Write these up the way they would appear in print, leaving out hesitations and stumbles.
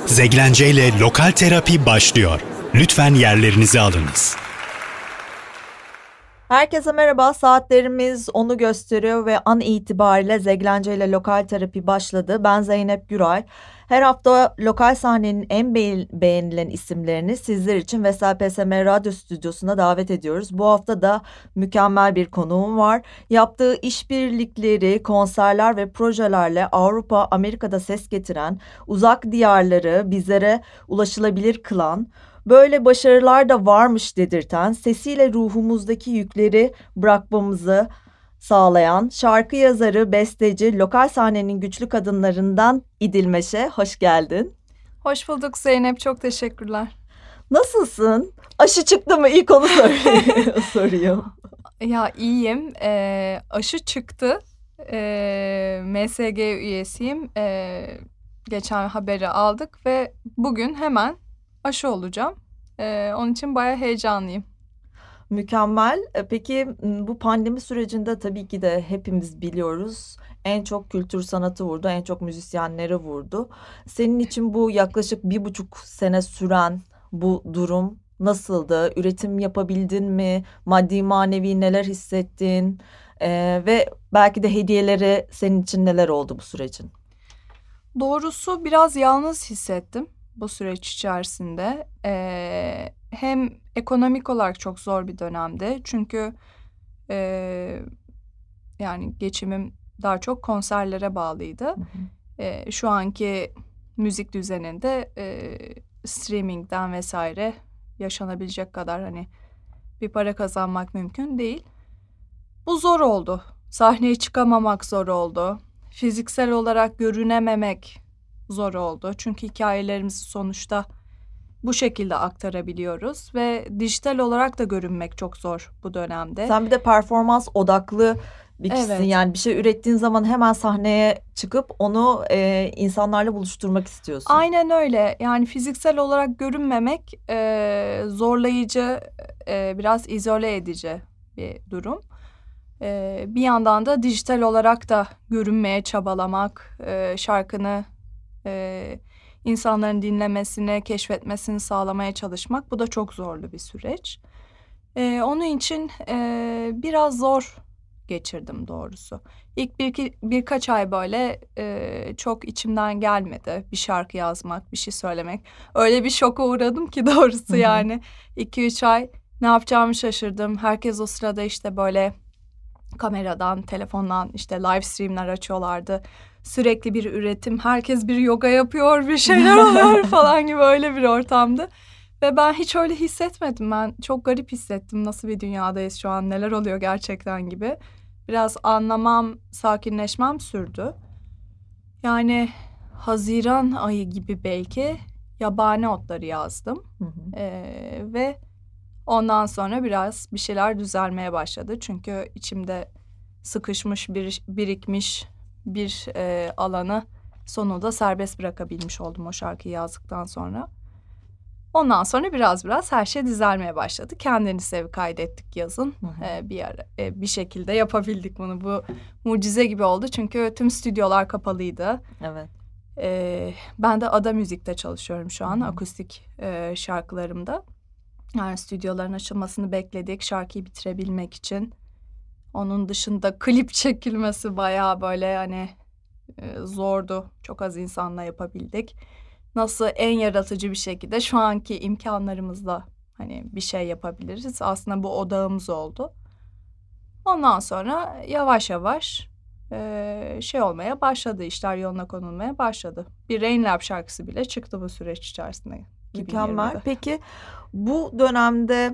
Zeglence ile Lokal Terapi başlıyor. Lütfen yerlerinizi alınız. Herkese merhaba. Saatlerimiz 10'u gösteriyor ve an itibariyle Zeglence ile Lokal Terapi başladı. Ben Zeynep Güray. Her hafta lokal sahnenin en beğenilen isimlerini sizler için Vesel PSM Radyo Stüdyosu'na davet ediyoruz. Bu hafta da mükemmel bir konuğum var. Yaptığı işbirlikleri, konserler ve projelerle Avrupa, Amerika'da ses getiren, uzak diyarları bizlere ulaşılabilir kılan, böyle başarılar da varmış dedirten, sesiyle ruhumuzdaki yükleri bırakmamızı sağlayan şarkı yazarı, besteci, lokal sahnenin güçlü kadınlarından İdil Meşe. Hoş geldin. Hoş bulduk Zeynep, çok teşekkürler. Nasılsın? Aşı çıktı mı? İlk onu sorayım. Ya iyiyim. Aşı çıktı. MSG üyesiyim. Geçen haberi aldık ve bugün hemen aşı olacağım. Onun için bayağı heyecanlıyım. Mükemmel. Peki bu pandemi sürecinde tabii ki de hepimiz biliyoruz. En çok kültür sanatı vurdu, en çok müzisyenleri vurdu. Senin için bu yaklaşık 1,5 sene süren bu durum nasıldı? Üretim yapabildin mi? Maddi manevi neler hissettin? Ve belki de hediyeleri senin için neler oldu bu sürecin? Doğrusu biraz yalnız hissettim bu süreç içerisinde. Hem ekonomik olarak çok zor bir dönemde. Çünkü yani geçimim daha çok konserlere bağlıydı. Hı hı. Şu anki müzik düzeninde streamingden vesaire yaşanabilecek kadar hani bir para kazanmak mümkün değil. Bu zor oldu. Sahneye çıkamamak zor oldu. Fiziksel olarak görünememek zor oldu. Çünkü hikayelerimizi sonuçta bu şekilde aktarabiliyoruz ve dijital olarak da görünmek çok zor bu dönemde. Sen bir de performans odaklı bir kişisin. Evet. Yani bir şey ürettiğin zaman hemen sahneye çıkıp onu insanlarla buluşturmak istiyorsun. Aynen öyle. Yani fiziksel olarak görünmemek zorlayıcı, biraz izole edici bir durum. Bir yandan da dijital olarak da görünmeye çabalamak, şarkını insanların dinlemesini, keşfetmesini sağlamaya çalışmak, bu da çok zorlu bir süreç. Onun için biraz zor geçirdim doğrusu. İlk birkaç ay böyle çok içimden gelmedi bir şarkı yazmak, bir şey söylemek. Öyle bir şoka uğradım ki doğrusu yani. 2-3 ay ne yapacağımı şaşırdım. Herkes o sırada işte böyle kameradan, telefondan işte live streamler açıyorlardı. Sürekli bir üretim, herkes bir yoga yapıyor, bir şeyler oluyor falan gibi öyle bir ortamdı. Ve ben hiç öyle hissetmedim. Ben çok garip hissettim. Nasıl bir dünyadayız şu an, neler oluyor gerçekten gibi. Biraz anlamam, sakinleşmem sürdü. Yani Haziran ayı gibi belki Yabani Otları yazdım. Ve ondan sonra biraz bir şeyler düzelmeye başladı. Çünkü içimde sıkışmış, birikmiş bir alanı sonunda serbest bırakabilmiş oldum o şarkıyı yazdıktan sonra. Ondan sonra biraz her şey düzelmeye başladı. Kendini sev kaydettik yazın. Bir şekilde yapabildik bunu. Bu mucize gibi oldu çünkü tüm stüdyolar kapalıydı. Evet. Ben de Ada Müzik'te çalışıyorum şu an akustik şarkılarımda. Yani stüdyoların açılmasını bekledik şarkıyı bitirebilmek için. Onun dışında klip çekilmesi bayağı böyle hani zordu. Çok az insanla yapabildik. Nasıl en yaratıcı bir şekilde şu anki imkanlarımızla hani bir şey yapabiliriz. Aslında bu odağımız oldu. Ondan sonra yavaş yavaş şey olmaya başladı. İşler yoluna konulmaya başladı. Bir Rain Lab şarkısı bile çıktı bu süreç içerisinde. Mükemmel. Peki bu dönemde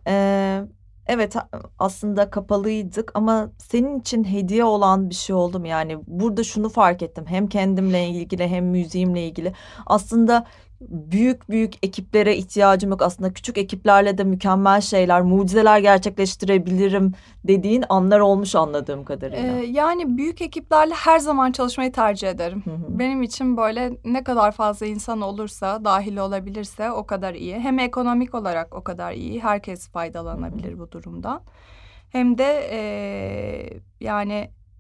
evet aslında kapalıydık ama senin için hediye olan bir şey oldu mu? Yani burada şunu fark ettim. Hem kendimle ilgili hem müziğimle ilgili. Aslında büyük ekiplere ihtiyacım yok. Aslında küçük ekiplerle de mükemmel şeyler, mucizeler gerçekleştirebilirim dediğin anlar olmuş anladığım kadarıyla. Yani büyük ekiplerle her zaman çalışmayı tercih ederim. Benim için böyle ne kadar fazla insan olursa, dahil olabilirse o kadar iyi. Hem ekonomik olarak o kadar iyi. Herkes faydalanabilir bu durumdan. Hem de yani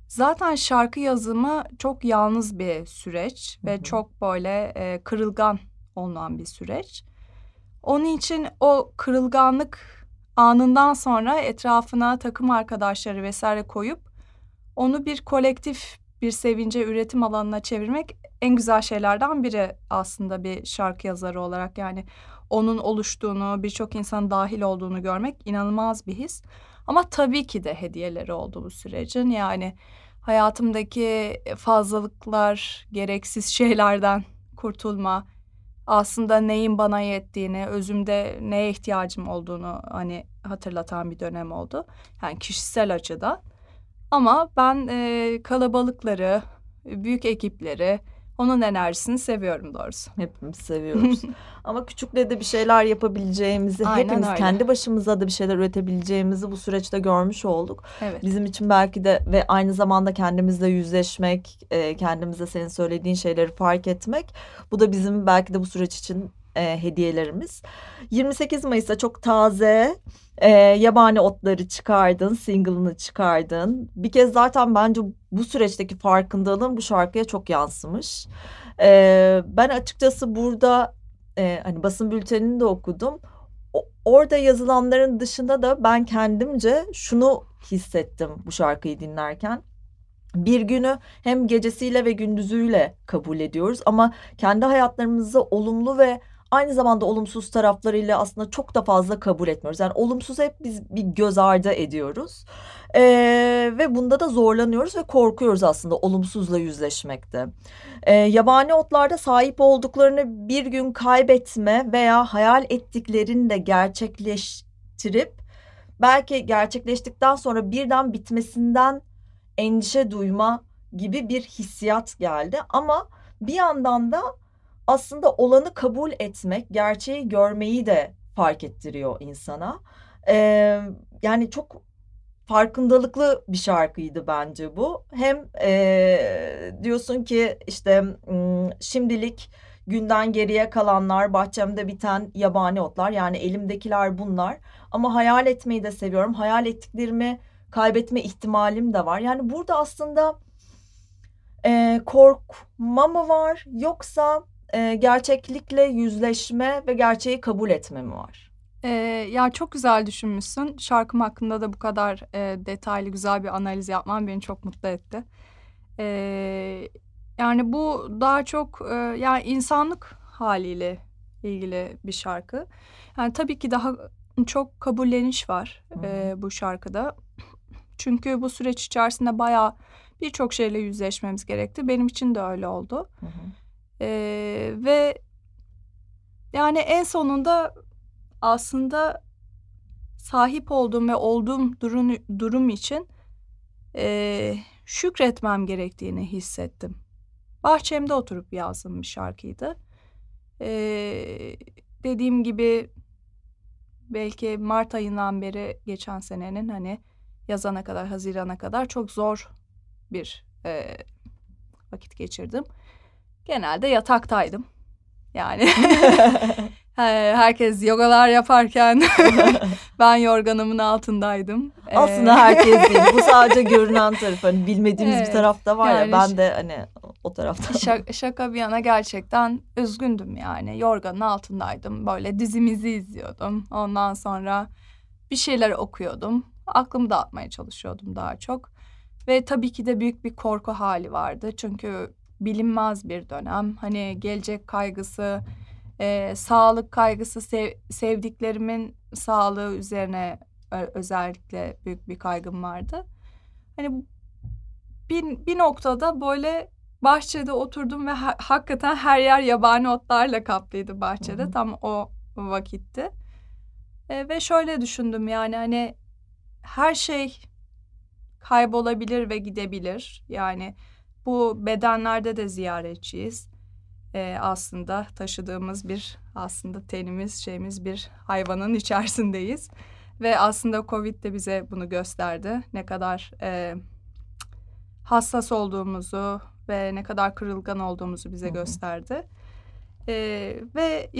Zaten şarkı yazımı çok yalnız bir süreç ve çok böyle kırılgan olan bir süreç. Onun için o kırılganlık anından sonra etrafına takım arkadaşları vesaire koyup onu bir kolektif bir sevince, üretim alanına çevirmek en güzel şeylerden biri aslında bir şarkı yazarı olarak. Yani onun oluştuğunu, birçok insanın dahil olduğunu görmek inanılmaz bir his. Ama tabii ki de hediyeleri oldu bu sürecin. Yani hayatımdaki fazlalıklar, gereksiz şeylerden kurtulma, aslında neyin bana yettiğini, özümde neye ihtiyacım olduğunu hani hatırlatan bir dönem oldu. Yani kişisel açıdan. Ama ben kalabalıkları, büyük ekipleri, onun enerjisini seviyorum doğrusu. Hepimiz seviyoruz. Ama küçükle de bir şeyler yapabileceğimizi, Aynen hepimiz öyle. kendi başımıza da bir şeyler üretebileceğimizi bu süreçte görmüş olduk. Evet. Bizim için belki de ve aynı zamanda kendimizle yüzleşmek, kendimize senin söylediğin şeyleri fark etmek, bu da bizim belki de bu süreç için hediyelerimiz. 28 Mayıs'ta çok taze Yabani Otları çıkardın, single'ını çıkardın. Bir kez zaten bence bu süreçteki farkındalığın bu şarkıya çok yansımış. Ben açıkçası burada hani basın bültenini de okudum. Orada yazılanların dışında da ben kendimce şunu hissettim bu şarkıyı dinlerken. Bir günü hem gecesiyle ve gündüzüyle kabul ediyoruz ama kendi hayatlarımızda olumlu ve aynı zamanda olumsuz taraflarıyla aslında çok da fazla kabul etmiyoruz. Yani olumsuzu hep biz bir göz ardı ediyoruz. Ve bunda da zorlanıyoruz ve korkuyoruz aslında olumsuzla yüzleşmekte. Yabani otlarda sahip olduklarını bir gün kaybetme veya hayal ettiklerini de gerçekleştirip belki gerçekleştikten sonra birden bitmesinden endişe duyma gibi bir hissiyat geldi. Ama bir yandan da aslında olanı kabul etmek, gerçeği görmeyi de fark ettiriyor insana. Yani çok farkındalıklı bir şarkıydı bence bu. Hem diyorsun ki işte şimdilik günden geriye kalanlar, bahçemde biten yabani otlar, yani elimdekiler bunlar. Ama hayal etmeyi de seviyorum. Hayal ettiklerimi kaybetme ihtimalim de var. Yani burada aslında korkma mı var, yoksa gerçeklikle yüzleşme ve gerçeği kabul etme mi var? Ya çok güzel düşünmüşsün. Şarkım hakkında da bu kadar detaylı güzel bir analiz yapman beni çok mutlu etti. Yani bu daha çok yani insanlık haliyle ilgili bir şarkı. Yani tabii ki daha çok kabulleniş var bu şarkıda. Çünkü bu süreç içerisinde bayağı birçok şeyle yüzleşmemiz gerekti. Benim için de öyle oldu. Ve yani en sonunda aslında sahip olduğum ve olduğum durum için şükretmem gerektiğini hissettim. Bahçemde oturup yazdığım bir şarkıydı. Dediğim gibi belki Mart ayından beri geçen senenin hani yazana kadar, Haziran'a kadar çok zor bir vakit geçirdim. Genelde yataktaydım. Yani herkes yogalar yaparken ben yorganımın altındaydım. Aslında herkes değil. Bu sadece görünen tarafı. Hani bilmediğimiz bir Evet, taraf da var yani ya. Ben de hani o taraftan. şaka bir yana gerçekten üzgündüm yani. Yorganın altındaydım. Böyle dizimizi izliyordum. Ondan sonra bir şeyler okuyordum. Aklımı dağıtmaya çalışıyordum daha çok. Ve tabii ki de büyük bir korku hali vardı. Çünkü bilinmez bir dönem. Hani gelecek kaygısı, sağlık kaygısı, sevdiklerimin sağlığı üzerine özellikle büyük bir kaygım vardı. Hani bir noktada böyle bahçede oturdum ve hakikaten her yer yabani otlarla kaplıydı bahçede. Hı-hı. Tam o vakitti. Ve şöyle düşündüm, yani hani her şey kaybolabilir ve gidebilir. Yani bu bedenlerde de ziyaretçiyiz. Aslında taşıdığımız bir, aslında tenimiz, bir hayvanın içerisindeyiz. Ve aslında Covid de bize bunu gösterdi. Ne kadar hassas olduğumuzu ve ne kadar kırılgan olduğumuzu bize gösterdi. Ve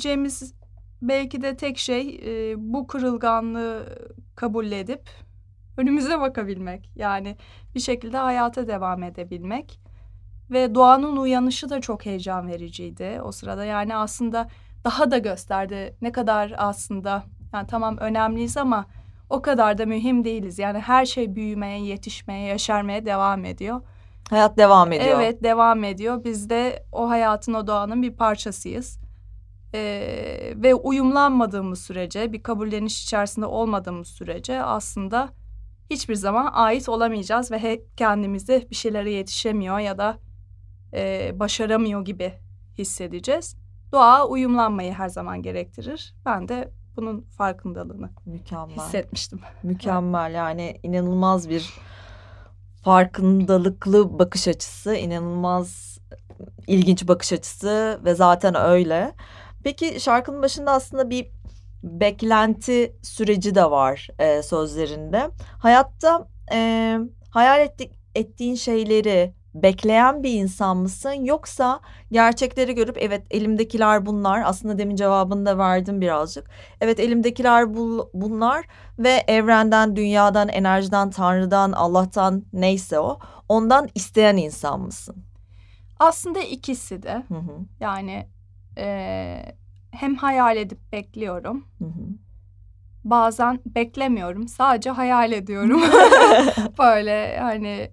yapabileceğimiz belki de tek şey bu kırılganlığı kabul edip önümüze bakabilmek. Yani bir şekilde hayata devam edebilmek. Ve doğanın uyanışı da çok heyecan vericiydi o sırada. Yani aslında daha da gösterdi ne kadar aslında, yani tamam önemliyiz ama o kadar da mühim değiliz. Yani her şey büyümeye, yetişmeye, yaşarmaya devam ediyor. Hayat devam ediyor. Evet, devam ediyor. Biz de o hayatın, o doğanın bir parçasıyız. Ve uyumlanmadığımız sürece, bir kabulleniş içerisinde olmadığımız sürece aslında hiçbir zaman ait olamayacağız ve hep kendimizi bir şeylere yetişemiyor ya da başaramıyor gibi hissedeceğiz. Doğa uyumlanmayı her zaman gerektirir. Ben de bunun farkındalığını hissetmiştim. Mükemmel, yani inanılmaz bir farkındalıklı bakış açısı, inanılmaz ilginç bakış açısı ve zaten öyle. Peki şarkının başında aslında bir beklenti süreci de var sözlerinde. Hayatta hayal ettiğin şeyleri bekleyen bir insan mısın, yoksa gerçekleri görüp evet elimdekiler bunlar, aslında demin cevabını da verdim birazcık. Evet, elimdekiler bunlar ve evrenden, dünyadan, enerjiden, Tanrı'dan, Allah'tan, neyse o, ondan isteyen insan mısın? Aslında ikisi de. Hı hı. Yani hem hayal edip bekliyorum. Hı hı. Bazen beklemiyorum, sadece hayal ediyorum. Böyle hani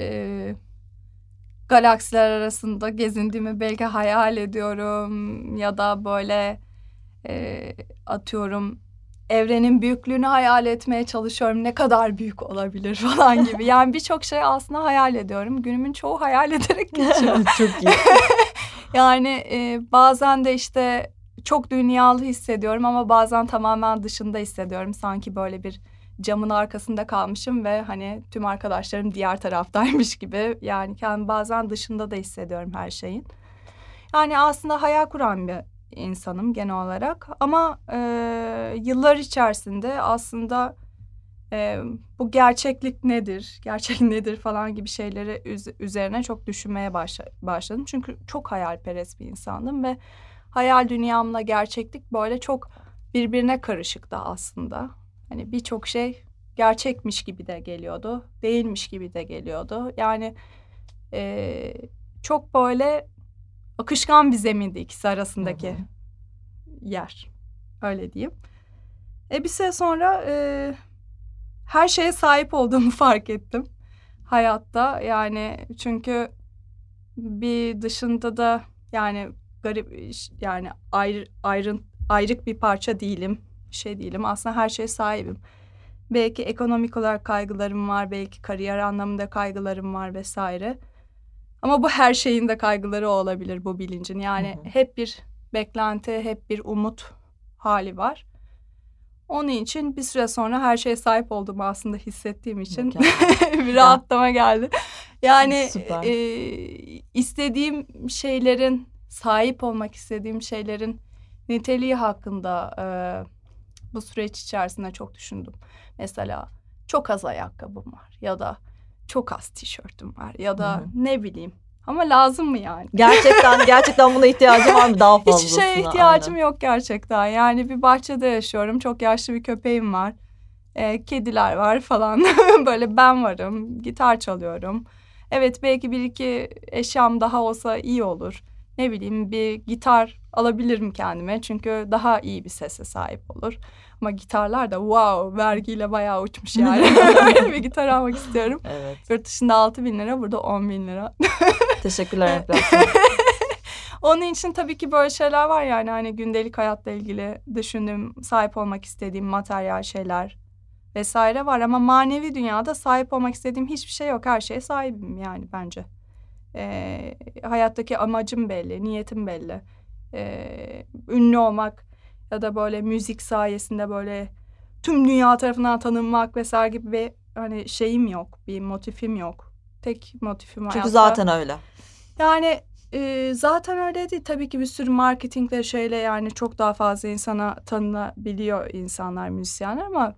galaksiler arasında gezindiğimi belki hayal ediyorum. Ya da böyle atıyorum evrenin büyüklüğünü hayal etmeye çalışıyorum. Ne kadar büyük olabilir falan gibi. Yani birçok şey aslında hayal ediyorum. Günümün çoğu hayal ederek geçiyor. Çok iyi. Yani bazen de işte çok dünyalı hissediyorum ama bazen tamamen dışında hissediyorum. Sanki böyle bir camın arkasında kalmışım ve hani tüm arkadaşlarım diğer taraftaymış gibi. Yani kendimi bazen dışında da hissediyorum her şeyin. Yani aslında hayal kuran bir insanım genel olarak. Ama yıllar içerisinde aslında bu gerçeklik nedir, gerçek nedir falan gibi şeyleri üzerine çok düşünmeye başladım. Çünkü çok hayalperest bir insandım ve hayal dünyamla gerçeklik böyle çok birbirine karışıktı aslında. Hani birçok şey gerçekmiş gibi de geliyordu, değilmiş gibi de geliyordu. Yani çok böyle akışkan bir zemindi ikisi arasındaki yer, öyle diyeyim. Bir süre sonra her şeye sahip olduğumu fark ettim hayatta. Yani çünkü bir dışında da yani garip, yani ayrık bir parça değilim, şey değilim. Aslında her şeye sahibim. Belki ekonomik olarak kaygılarım var, belki kariyer anlamında kaygılarım var vesaire. Ama bu her şeyin de kaygıları olabilir, bu bilincin. Yani hep bir beklenti, hep bir umut hali var. Onun için bir süre sonra her şeye sahip olduğumu aslında hissettiğim için bir rahatlama geldi. Yani istediğim şeylerin, sahip olmak istediğim şeylerin niteliği hakkında bu süreç içerisinde çok düşündüm. Mesela çok az ayakkabım var ya da çok az tişörtüm var ya da ne bileyim. Ama lazım mı yani? Gerçekten buna ihtiyacım var mı, daha fazlasına? Hiçbir şeye ihtiyacım yok gerçekten. Yani bir bahçede yaşıyorum. Çok yaşlı bir köpeğim var. Kediler var falan. Böyle ben varım. Gitar çalıyorum. Evet, belki bir iki eşyam daha olsa iyi olur. Ne bileyim, bir gitar alabilirim kendime. Çünkü daha iyi bir sese sahip olur. Ama gitarlar da wow, vergiyle bayağı uçmuş yani. Bir gitar almak istiyorum. Evet. Yurt dışında 6.000 lira, burada 10.000 lira. Teşekkürler enflasyon. Onun için tabii ki böyle şeyler var yani, hani gündelik hayatla ilgili düşündüğüm, sahip olmak istediğim materyal şeyler vesaire var. Ama manevi dünyada sahip olmak istediğim hiçbir şey yok. Her şeye sahibim yani bence. Hayattaki amacım belli, niyetim belli. Ünlü olmak ya da böyle müzik sayesinde böyle tüm dünya tarafından tanınmak vesaire gibi bir hani şeyim yok, bir motifim yok. Tek motifim hayatta. Çünkü zaten öyle. Yani zaten öyle değil. Tabii ki bir sürü marketingle şeyle yani çok daha fazla insana tanınabiliyor insanlar, müzisyenler, ama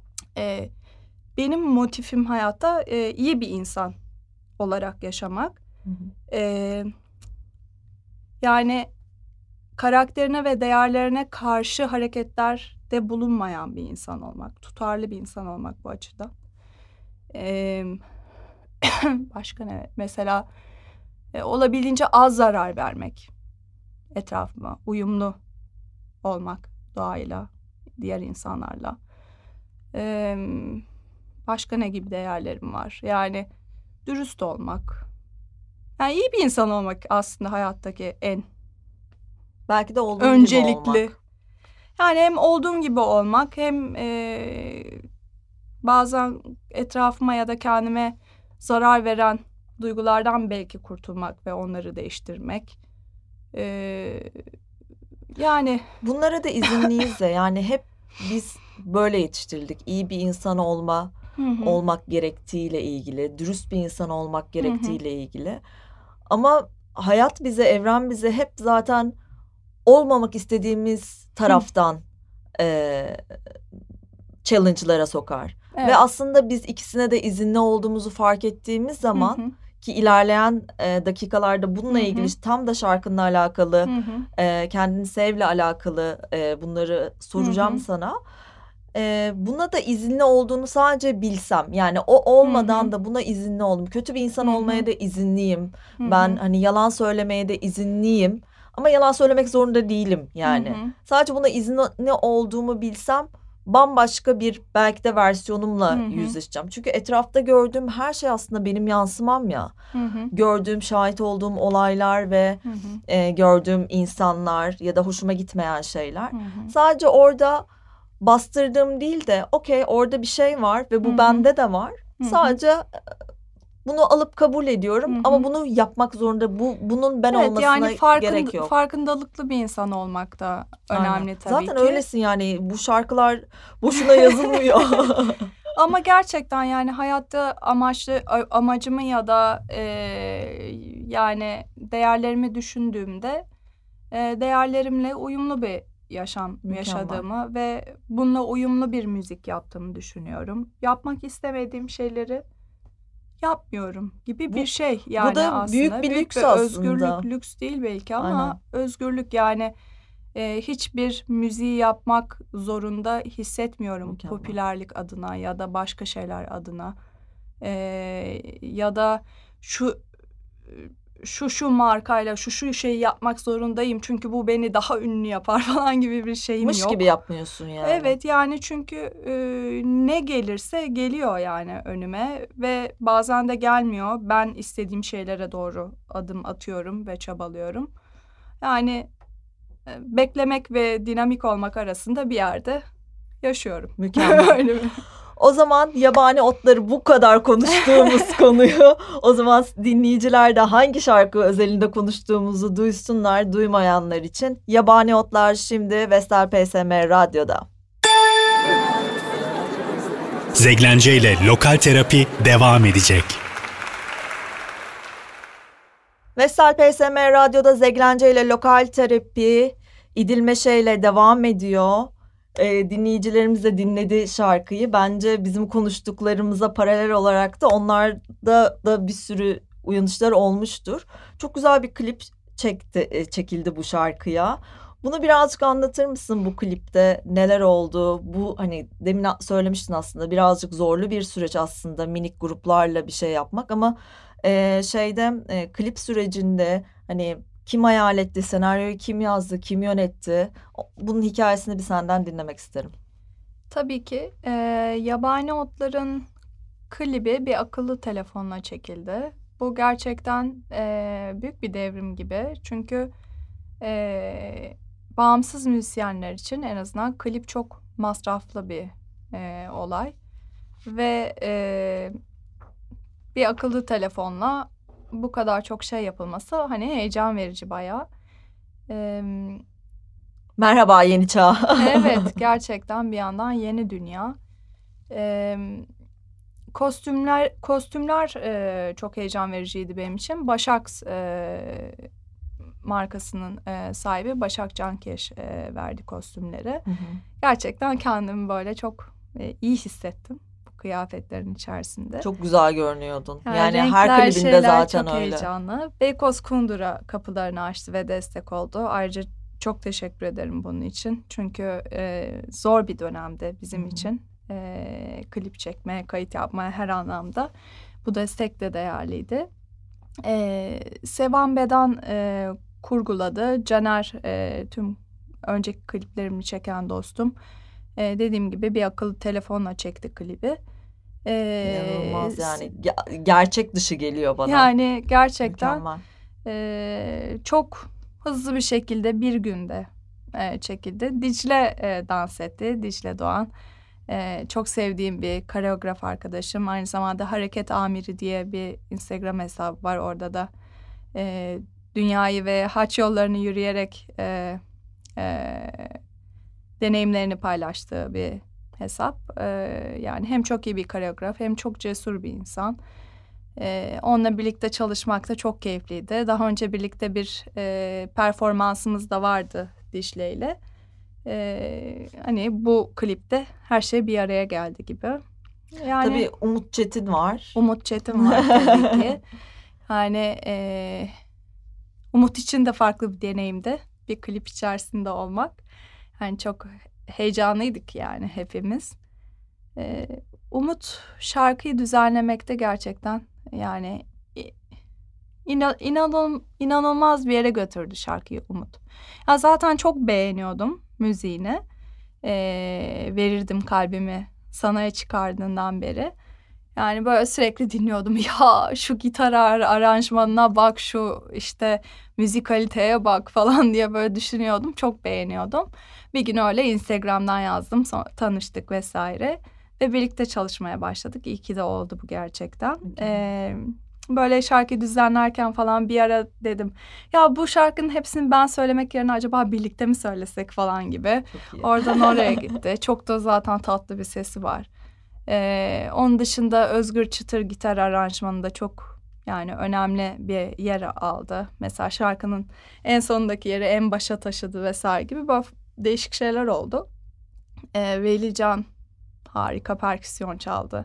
benim motifim hayatta iyi bir insan olarak yaşamak. Yani karakterine ve değerlerine karşı hareketlerde bulunmayan bir insan olmak, tutarlı bir insan olmak bu açıdan. Başka ne? Mesela olabildiğince az zarar vermek etrafıma, uyumlu olmak doğayla, diğer insanlarla. Başka ne gibi değerlerim var? Yani dürüst olmak. Yani iyi bir insan olmak aslında hayattaki en Belki de olduğun gibi öncelikli. olmak. Yani hem olduğum gibi olmak hem bazen etrafıma ya da kendime zarar veren duygulardan belki kurtulmak ve onları değiştirmek. Yani Bunlara da izinliyiz de, yani hep biz böyle yetiştirildik. İyi bir insan olmak gerektiğiyle ilgili, dürüst bir insan olmak gerektiğiyle ilgili. Ama hayat bize, evren bize hep zaten olmamak istediğimiz taraftan challenge'lara sokar. evet. Ve aslında biz ikisine de izinli olduğumuzu fark ettiğimiz zaman ki ilerleyen dakikalarda bununla ilgili tam da şarkınla alakalı, kendini sevle alakalı bunları soracağım sana. Buna da izinli olduğunu sadece bilsem, yani o olmadan da buna izinli oldum. Kötü bir insan olmaya da izinliyim. Ben hani yalan söylemeye de izinliyim. Ama yalan söylemek zorunda değilim yani. Sadece buna izinli olduğumu bilsem bambaşka bir belki de versiyonumla yüzleşeceğim. Çünkü etrafta gördüğüm her şey aslında benim yansımam ya. Gördüğüm, şahit olduğum olaylar ve gördüğüm insanlar ya da hoşuma gitmeyen şeyler. Sadece orada bastırdığım değil de okey, orada bir şey var ve bu bende de var. Sadece bunu alıp kabul ediyorum ama bunu yapmak zorunda, bunun ben olmasına yani gerek yok. Farkındalıklı bir insan olmak da önemli tabii ki. Zaten öylesin yani, bu şarkılar boşuna yazılmıyor. Ama gerçekten yani hayatta amacımı ya da yani değerlerimi düşündüğümde değerlerimle uyumlu bir yaşam yaşadığımı ve bununla uyumlu bir müzik yaptığımı düşünüyorum. Yapmak istemediğim şeyleri yapmıyorum gibi bir şey yani bu da aslında. büyük bir lüks bir aslında. Özgürlük, lüks değil belki ama özgürlük yani hiçbir müziği yapmak zorunda hissetmiyorum popülerlik adına ya da başka şeyler adına. Ya da şu markayla şu şeyi yapmak zorundayım çünkü bu beni daha ünlü yapar falan gibi bir şeyim yok. Gibi yapmıyorsun yani. Evet yani çünkü ne gelirse geliyor yani önüme ve bazen de gelmiyor. Ben istediğim şeylere doğru adım atıyorum ve çabalıyorum. Yani beklemek ve dinamik olmak arasında bir yerde yaşıyorum. Mükemmel. Öyle mi? O zaman yabani otları bu kadar konuştuğumuz konuyu, o zaman dinleyiciler de hangi şarkı özelinde konuştuğumuzu duysunlar, duymayanlar için. Yabani Otlar şimdi Vestel PSM Radyo'da. Zeglence ile Lokal Terapi devam edecek. Vestel PSM Radyo'da Zeglence ile Lokal Terapi İdil Meşe ile devam ediyor. Dinleyicilerimiz de dinledi şarkıyı. Bence bizim konuştuklarımıza paralel olarak da onlarda da bir sürü uyanışlar olmuştur. Çok güzel bir klip çekildi bu şarkıya. Bunu birazcık anlatır mısın, bu klipte neler oldu? Bu hani demin söylemiştin aslında, birazcık zorlu bir süreç aslında minik gruplarla bir şey yapmak ama klip sürecinde hani kim hayal etti, senaryoyu kim yazdı, kim yönetti? Bunun hikayesini bir senden dinlemek isterim. Tabii ki. Yabani Otlar'ın klibi bir akıllı telefonla çekildi. Bu gerçekten büyük bir devrim gibi. Çünkü bağımsız müzisyenler için en azından klip çok masraflı bir olay. Ve bir akıllı telefonla bu kadar çok şey yapılması hani heyecan verici bayağı. Merhaba yeni çağ. Evet, gerçekten bir yandan yeni dünya. Kostümler çok heyecan vericiydi benim için. Başaks markasının sahibi Başak Cankeş verdi kostümleri. Gerçekten kendimi böyle çok iyi hissettim bu kıyafetlerin içerisinde. Çok güzel görünüyordun. Yani her klibinde zaten çok öyle. heyecanlı. Beykoz Kundura kapılarını açtı ve destek oldu. Ayrıca çok teşekkür ederim bunun için. Çünkü zor bir dönemde bizim için. Klip çekmeye, kayıt yapmaya her anlamda. Bu destek de değerliydi. Sevan Bedan kurguladı. Caner tüm önceki kliplerimi çeken dostum. Dediğim gibi bir akıllı telefonla çekti klibi. İnanılmaz yani. Gerçek dışı geliyor bana. Yani gerçekten mükemmel. çok hızlı bir şekilde bir günde çekildi. Dicle dans etti. Dicle Doğan. Çok sevdiğim bir koreograf arkadaşım. Aynı zamanda Hareket Amiri diye bir Instagram hesabı var. Orada da dünyayı ve haç yollarını yürüyerek deneyimlerini paylaştığı bir hesap. Yani hem çok iyi bir koreograf hem çok cesur bir insan. Onunla birlikte çalışmak da çok keyifliydi. Daha önce birlikte bir performansımız da vardı Dicle ile. Hani bu klipte her şey bir araya geldi gibi. Yani Tabii Umut Çetin var. Umut Çetin var tabii ki. Yani Umut için de farklı bir deneyimdi. Bir klip içerisinde olmak. Yani çok heyecanlıydık yani hepimiz. Umut şarkıyı düzenlemekte gerçekten yani inanılmaz bir yere götürdü şarkıyı Umut. Ya zaten çok beğeniyordum müziğini. Verirdim kalbimi sana'ya çıkardığından beri. Yani böyle sürekli dinliyordum. Ya şu gitar aranjmanına bak, şu işte müzikaliteye bak falan diye böyle düşünüyordum. Çok beğeniyordum. Bir gün öyle Instagram'dan yazdım. Sonra tanıştık vesaire. Ve birlikte çalışmaya başladık. İyi ki de oldu bu gerçekten. Böyle şarkı düzenlerken falan bir ara dedim. Ya bu şarkının hepsini ben söylemek yerine acaba birlikte mi söylesek falan gibi. Oradan oraya gitti. Çok da zaten tatlı bir sesi var. Onun dışında Özgür Çıtır gitar aranjmanında çok yani önemli bir yer aldı. Mesela şarkının en sonundaki yeri en başa taşıdı vesaire gibi böyle değişik şeyler oldu. Velican harika perküsyon çaldı.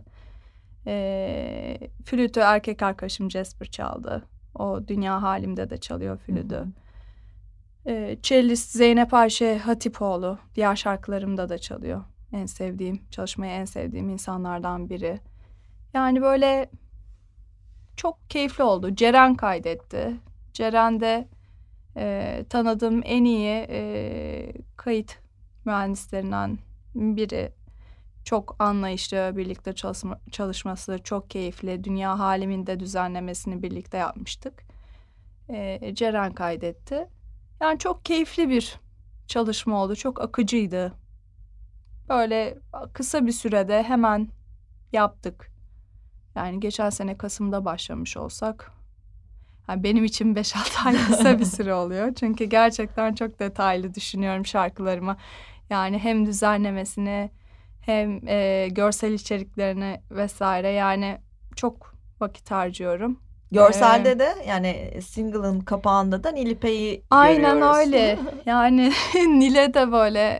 Flütü erkek arkadaşım Jasper çaldı. O Dünya Halimde de çalıyor flütü. Cellist Zeynep Ayşe Hatipoğlu diğer şarkılarımda da çalıyor. Çalışmayı en sevdiğim insanlardan biri. Yani böyle çok keyifli oldu. Ceren kaydetti. Ceren de tanıdığım en iyi kayıt mühendislerinden biri. Çok anlayışlı, birlikte çalışması çok keyifli. Dünya Halim'in de düzenlemesini birlikte yapmıştık. Ceren kaydetti. Yani çok keyifli bir çalışma oldu. Çok akıcıydı. Böyle kısa bir sürede hemen yaptık. Yani geçen sene Kasım'da başlamış olsak... Yani benim için 5-6 ay kısa bir süre oluyor. Çünkü gerçekten çok detaylı düşünüyorum şarkılarımı. Yani hem düzenlemesini... Hem görsel içeriklerini vesaire yani çok vakit harcıyorum. Görselde de yani single'ın kapağında da Nilüfer'i aynen görüyoruz. öyle. Yani Nil'e de böyle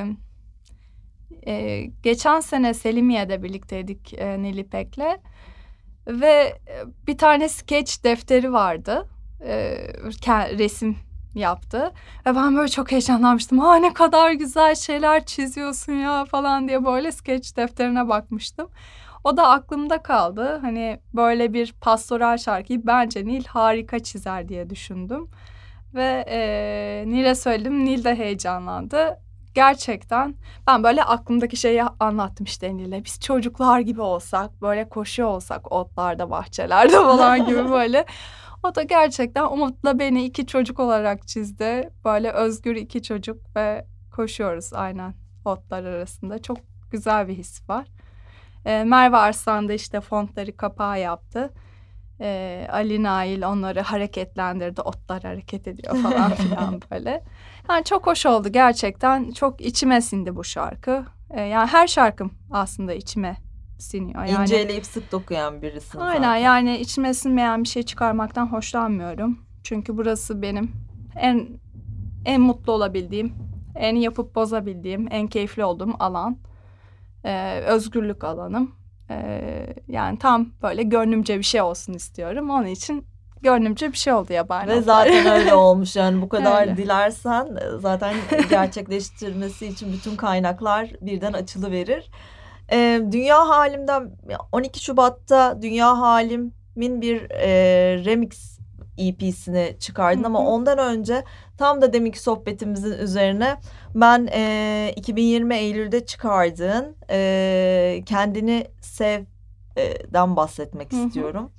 geçen sene Selimiye'de birlikteydik Nil İpek'le. Ve bir tane sketch defteri vardı. Resim yaptı. Ve ben böyle çok heyecanlanmıştım. Ne kadar güzel şeyler çiziyorsun ya falan diye böyle sketch defterine bakmıştım. O da aklımda kaldı. Hani böyle bir pastoral şarkıyı bence Nil harika çizer diye düşündüm. Ve Nil'e söyledim. Nil de heyecanlandı. Gerçekten ben böyle aklımdaki şeyi anlattım işte Nil'e. Biz çocuklar gibi olsak, böyle koşuyor olsak otlarda, bahçelerde falan gibi böyle. O da gerçekten Umut'la beni 2 çocuk olarak çizdi. Böyle özgür 2 çocuk ve koşuyoruz aynen otlar arasında. Çok güzel bir his var. Merve Arslan da işte fontları kapağı yaptı. Ali Nail onları hareketlendirdi. Otlar hareket ediyor falan filan böyle. Yani çok hoş oldu gerçekten. Çok içime sindi bu şarkı. Yani her şarkım aslında içime siniyor. Yani, İnceleyip sık dokuyan birisin aynen zaten. yani içime sinmeyen bir şey çıkarmaktan hoşlanmıyorum. Çünkü burası benim en mutlu olabildiğim, en yapıp bozabildiğim, en keyifli olduğum alan. Özgürlük alanım. Yani tam böyle gönlümce bir şey olsun istiyorum. Onun için gönlümce bir şey oldu Yabani Ve Otlar. zaten öyle olmuş yani bu kadar Öyle. dilersen zaten gerçekleştirmesi için bütün kaynaklar birden açılıverir. Dünya halimden 12 Şubat'ta Dünya Halim'in bir remix EP'sini çıkardın ama ondan önce tam da deminki sohbetimizin üzerine ben 2020 Eylül'de çıkardığın Kendini Sev'den bahsetmek istiyorum.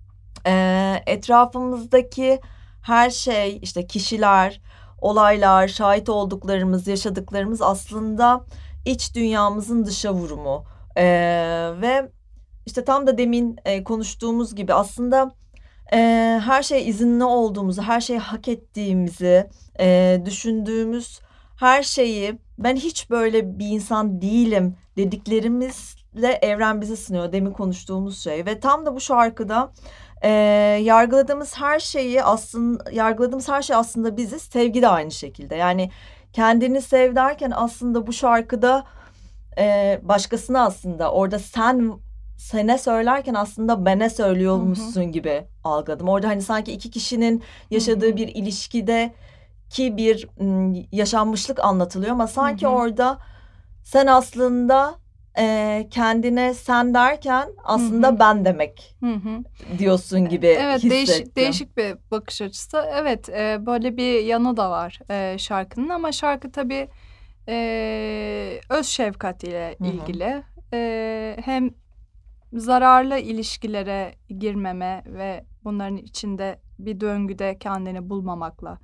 Etrafımızdaki her şey, işte kişiler, olaylar, şahit olduklarımız, yaşadıklarımız aslında iç dünyamızın dışa vurumu. Ve işte tam da demin konuştuğumuz gibi aslında her şey izinli olduğumuzu, her şeyi hak ettiğimizi düşündüğümüz her şeyi ben hiç böyle bir insan değilim dediklerimizle evren bizi sınıyor. Demin konuştuğumuz şey ve tam da bu şarkıda yargıladığımız her şey aslında biziz. Sevgi de aynı şekilde. Yani kendini sev derken aslında bu şarkıda başkasını aslında orada sene söylerken aslında bana söylüyormuşsun gibi algıladım. Orada hani sanki iki kişinin yaşadığı bir ilişkideki bir yaşanmışlık anlatılıyor ama sanki orada sen aslında kendine sen derken aslında ben demek diyorsun gibi Evet, hissettim. değişik bir bakış açısı. Evet, böyle bir yanı da var şarkının ama şarkı tabii öz şefkat ile ilgili. Hem zararlı ilişkilere girmeme ve bunların içinde bir döngüde kendini bulmamakla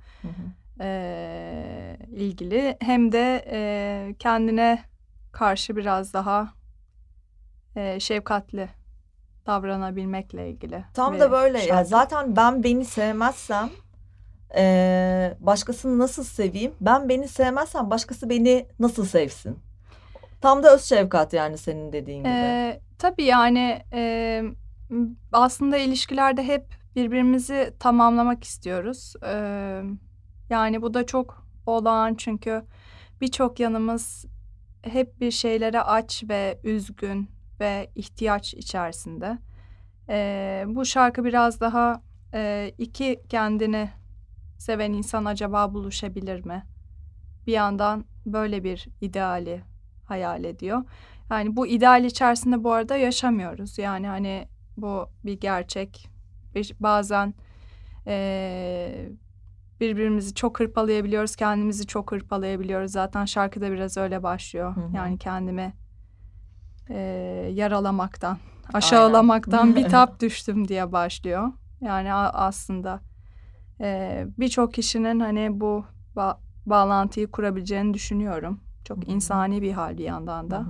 ilgili. Hem de kendine karşı biraz daha şefkatli davranabilmekle ilgili. Tam bir da böyle ya şarkı. zaten ben beni sevmezsem başkasını nasıl seveyim? Ben beni sevmezsem başkası beni nasıl sevsin? Tam da öz şefkat yani senin dediğin gibi. Tabii yani aslında ilişkilerde hep birbirimizi tamamlamak istiyoruz. Yani bu da çok olağan çünkü birçok yanımız hep bir şeylere aç ve üzgün ve ihtiyaç içerisinde. Bu şarkı biraz daha iki kendini seven insan acaba buluşabilir mi? Bir yandan böyle bir ideali hayal ediyor. Yani bu ideal içerisinde bu arada yaşamıyoruz. Yani hani bu bir gerçek. Bazen birbirimizi çok hırpalayabiliyoruz, kendimizi çok hırpalayabiliyoruz. Zaten şarkıda biraz öyle başlıyor. Yani kendimi yaralamaktan, aşağılamaktan bitap düştüm diye başlıyor. Yani aslında birçok kişinin hani bu bağlantıyı kurabileceğini düşünüyorum. Çok insani bir hal bir yandan da.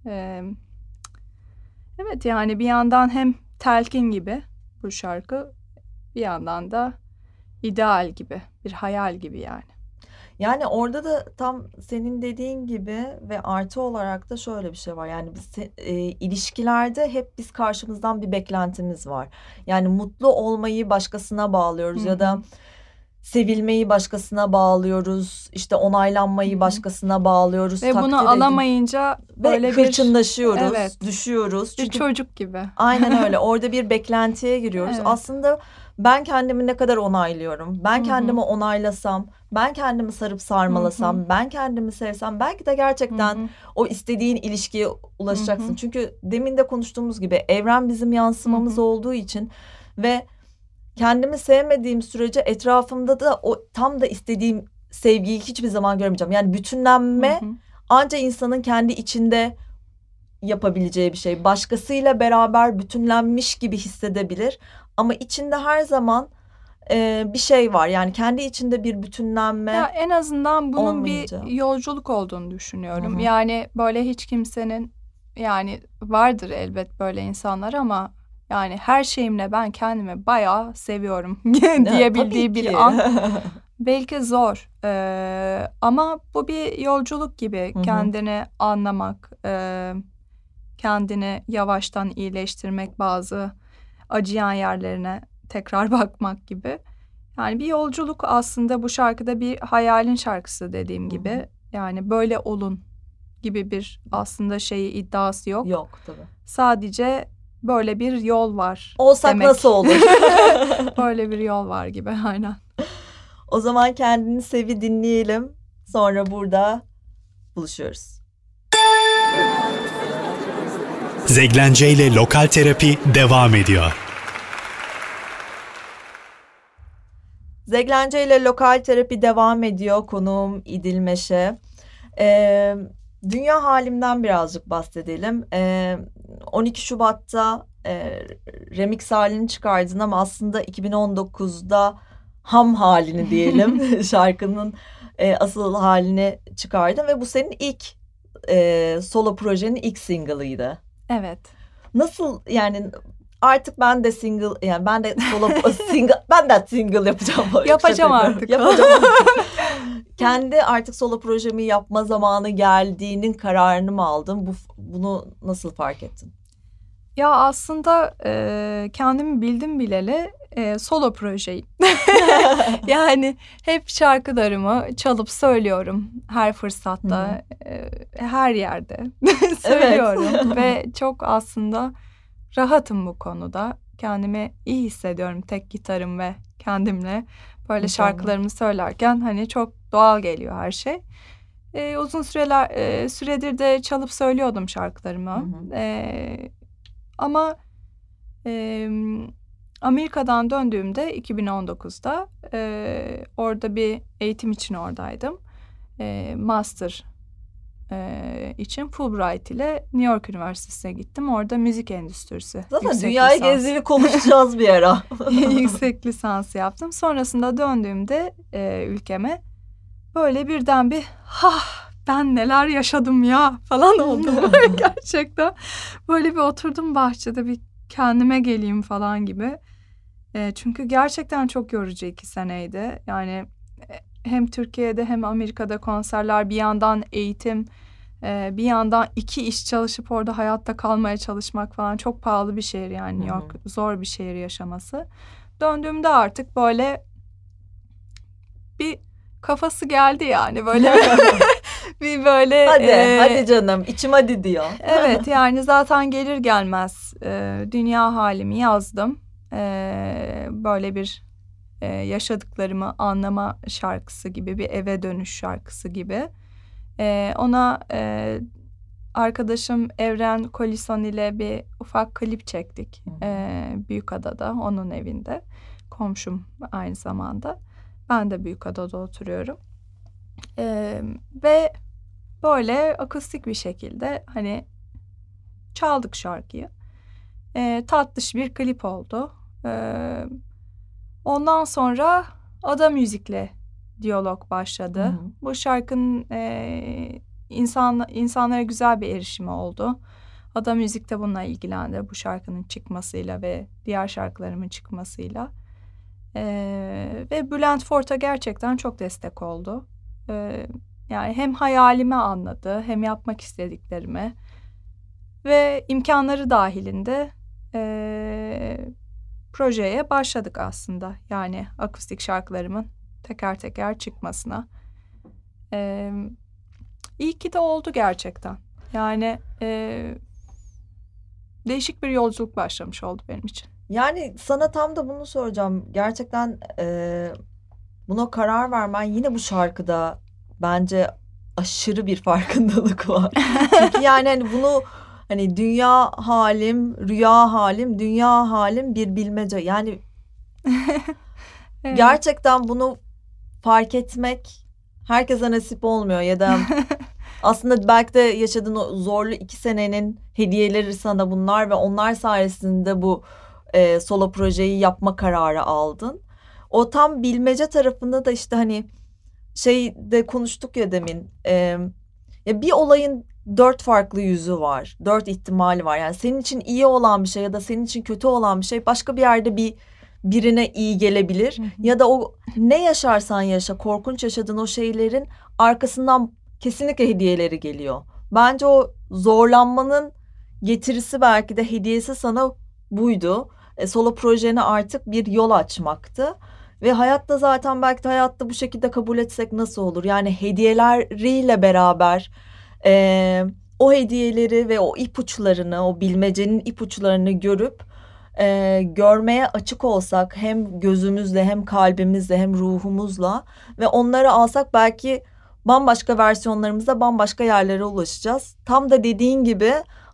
Evet yani bir yandan hem telkin gibi bu şarkı, bir yandan da ideal gibi, bir hayal gibi yani. Yani orada da tam senin dediğin gibi ve artı olarak da şöyle bir şey var. Yani biz ilişkilerde hep biz karşımızdan bir beklentimiz var. Yani mutlu olmayı başkasına bağlıyoruz ya da sevilmeyi başkasına bağlıyoruz. İşte onaylanmayı başkasına bağlıyoruz. Ve bunu alamayınca böyle hırçınlaşıyoruz, düşüyoruz. Çünkü bir çocuk gibi. Aynen öyle. Orada bir beklentiye giriyoruz. Aslında ben kendimi ne kadar onaylıyorum? Ben kendimi onaylasam, ben kendimi sarıp sarmalasam, ben kendimi sevsem belki de gerçekten o istediğin ilişkiye ulaşacaksın. Çünkü demin de konuştuğumuz gibi evren bizim yansımamız olduğu için ve kendimi sevmediğim sürece etrafımda da o tam da istediğim sevgiyi hiçbir zaman görmeyeceğim. Yani bütünlenme ancak insanın kendi içinde yapabileceği bir şey. Başkasıyla beraber bütünlenmiş gibi hissedebilir. Ama içinde her zaman bir şey var. Yani kendi içinde bir bütünlenme ya en azından bunun olmayınca. Bir yolculuk olduğunu düşünüyorum. Yani böyle hiç kimsenin, yani vardır elbet böyle insanlar ama yani her şeyimle ben kendimi bayağı seviyorum diyebildiği bir an belki zor. Ama bu bir yolculuk gibi. Kendini anlamak, kendini yavaştan iyileştirmek, bazı acıyan yerlerine tekrar bakmak gibi. Yani bir yolculuk aslında. Bu şarkıda bir hayalin şarkısı dediğim gibi. Yani böyle olun gibi bir aslında iddiası yok. Yok tabii. Sadece böyle bir yol var. Olsak demek. Nasıl olur? Böyle bir yol var gibi aynen. O zaman Kendini Sev'i dinleyelim. Sonra burada buluşuyoruz. Zeglence ile Lokal Terapi devam ediyor. Zeglence ile Lokal Terapi devam ediyor. Konuğum İdil Meşe. Dünya halimden birazcık bahsedelim. 12 Şubat'ta remix halini çıkardın ama aslında 2019'da ham halini diyelim şarkının asıl halini çıkardın ve bu senin ilk solo projenin ilk single'ıydı. Evet. Nasıl yani artık ben de single yani ben de solo ben de single yapacağım. Yapacağım artık. Kendi artık solo projemi yapma zamanı geldiğinin kararını mı aldın? Bunu nasıl fark ettin? Ya aslında kendimi bildim bileli solo projeyim. Yani hep şarkılarımı çalıp söylüyorum her fırsatta, her yerde söylüyorum. Ve çok aslında rahatım bu konuda. Kendimi iyi hissediyorum tek gitarım ve kendimle böyle şarkılarımı söylerken hani çok doğal geliyor her şey. Uzun süredir de çalıp söylüyordum şarkılarımı. Ama Amerika'dan döndüğümde 2019'da orada bir eğitim için oradaydım. Master için Fulbright ile New York Üniversitesi'ne gittim. Orada müzik endüstrisi. Zaten dünyayı gezdiğini konuşacağız bir ara. Yüksek lisans yaptım. Sonrasında döndüğümde ülkeme böyle birden bir ben neler yaşadım ya falan oldu. Gerçekten böyle bir oturdum bahçede bir kendime geleyim falan gibi. Çünkü gerçekten çok yorucu 2 seneydi. Yani hem Türkiye'de hem Amerika'da konserler, bir yandan eğitim, bir yandan 2 iş çalışıp orada hayatta kalmaya çalışmak falan çok pahalı bir şehir yani New York. Zor bir şehir yaşaması. Döndüğümde artık böyle bir kafası geldi yani böyle bir böyle hadi canım içim hadi diyor. Evet yani zaten gelir gelmez dünya halimi yazdım. Böyle bir yaşadıklarımı anlama şarkısı gibi, bir eve dönüş şarkısı gibi. Ona arkadaşım Evren Kolison ile bir ufak klip çektik. Büyükada'da, onun evinde. Komşum aynı zamanda. Ben de Büyükada'da oturuyorum. Ve böyle akustik bir şekilde hani çaldık şarkıyı. Tatlış bir klip oldu. Ondan sonra Ada Müzik'le diyalog başladı. Bu şarkının insanlara güzel bir erişimi oldu. Ada Müzik de bununla ilgilendi. Bu şarkının çıkmasıyla ve diğer şarkılarımın çıkmasıyla. Ve Bülent Fort'a gerçekten çok destek oldu. Yani hem hayalimi anladı, hem yapmak istediklerimi ve imkanları dahilinde projeye başladık aslında. Yani akustik şarkılarımın teker teker çıkmasına. İyi ki de oldu gerçekten. Yani değişik bir yolculuk başlamış oldu benim için. Yani sana tam da bunu soracağım. Gerçekten buna karar vermen yine bu şarkıda bence aşırı bir farkındalık var. Çünkü yani hani bunu hani dünya halim, rüya halim, dünya halim bir bilmece. Yani evet. Gerçekten bunu fark etmek herkese nasip olmuyor ya da aslında belki de yaşadığın o zorlu 2 senenin hediyeleri sana bunlar ve onlar sayesinde bu solo projeyi yapma kararı aldın. O tam bilmece tarafında da işte hani de konuştuk ya demin. Ya bir olayın 4 farklı yüzü var. 4 ihtimali var. Yani senin için iyi olan bir şey ya da senin için kötü olan bir şey başka bir yerde birine iyi gelebilir. Ya da o ne yaşarsan yaşa, korkunç yaşadığın o şeylerin arkasından kesinlikle hediyeleri geliyor. Bence o zorlanmanın getirisi belki de hediyesi sana buydu. Solo projene artık bir yol açmaktı. Ve hayatta zaten belki de hayatta bu şekilde kabul etsek nasıl olur? Yani hediyeleriyle beraber o hediyeleri ve o ipuçlarını, o bilmecenin ipuçlarını görüp görmeye açık olsak hem gözümüzle hem kalbimizle hem ruhumuzla ve onları alsak belki bambaşka versiyonlarımızda bambaşka yerlere ulaşacağız. Tam da dediğin gibi hayat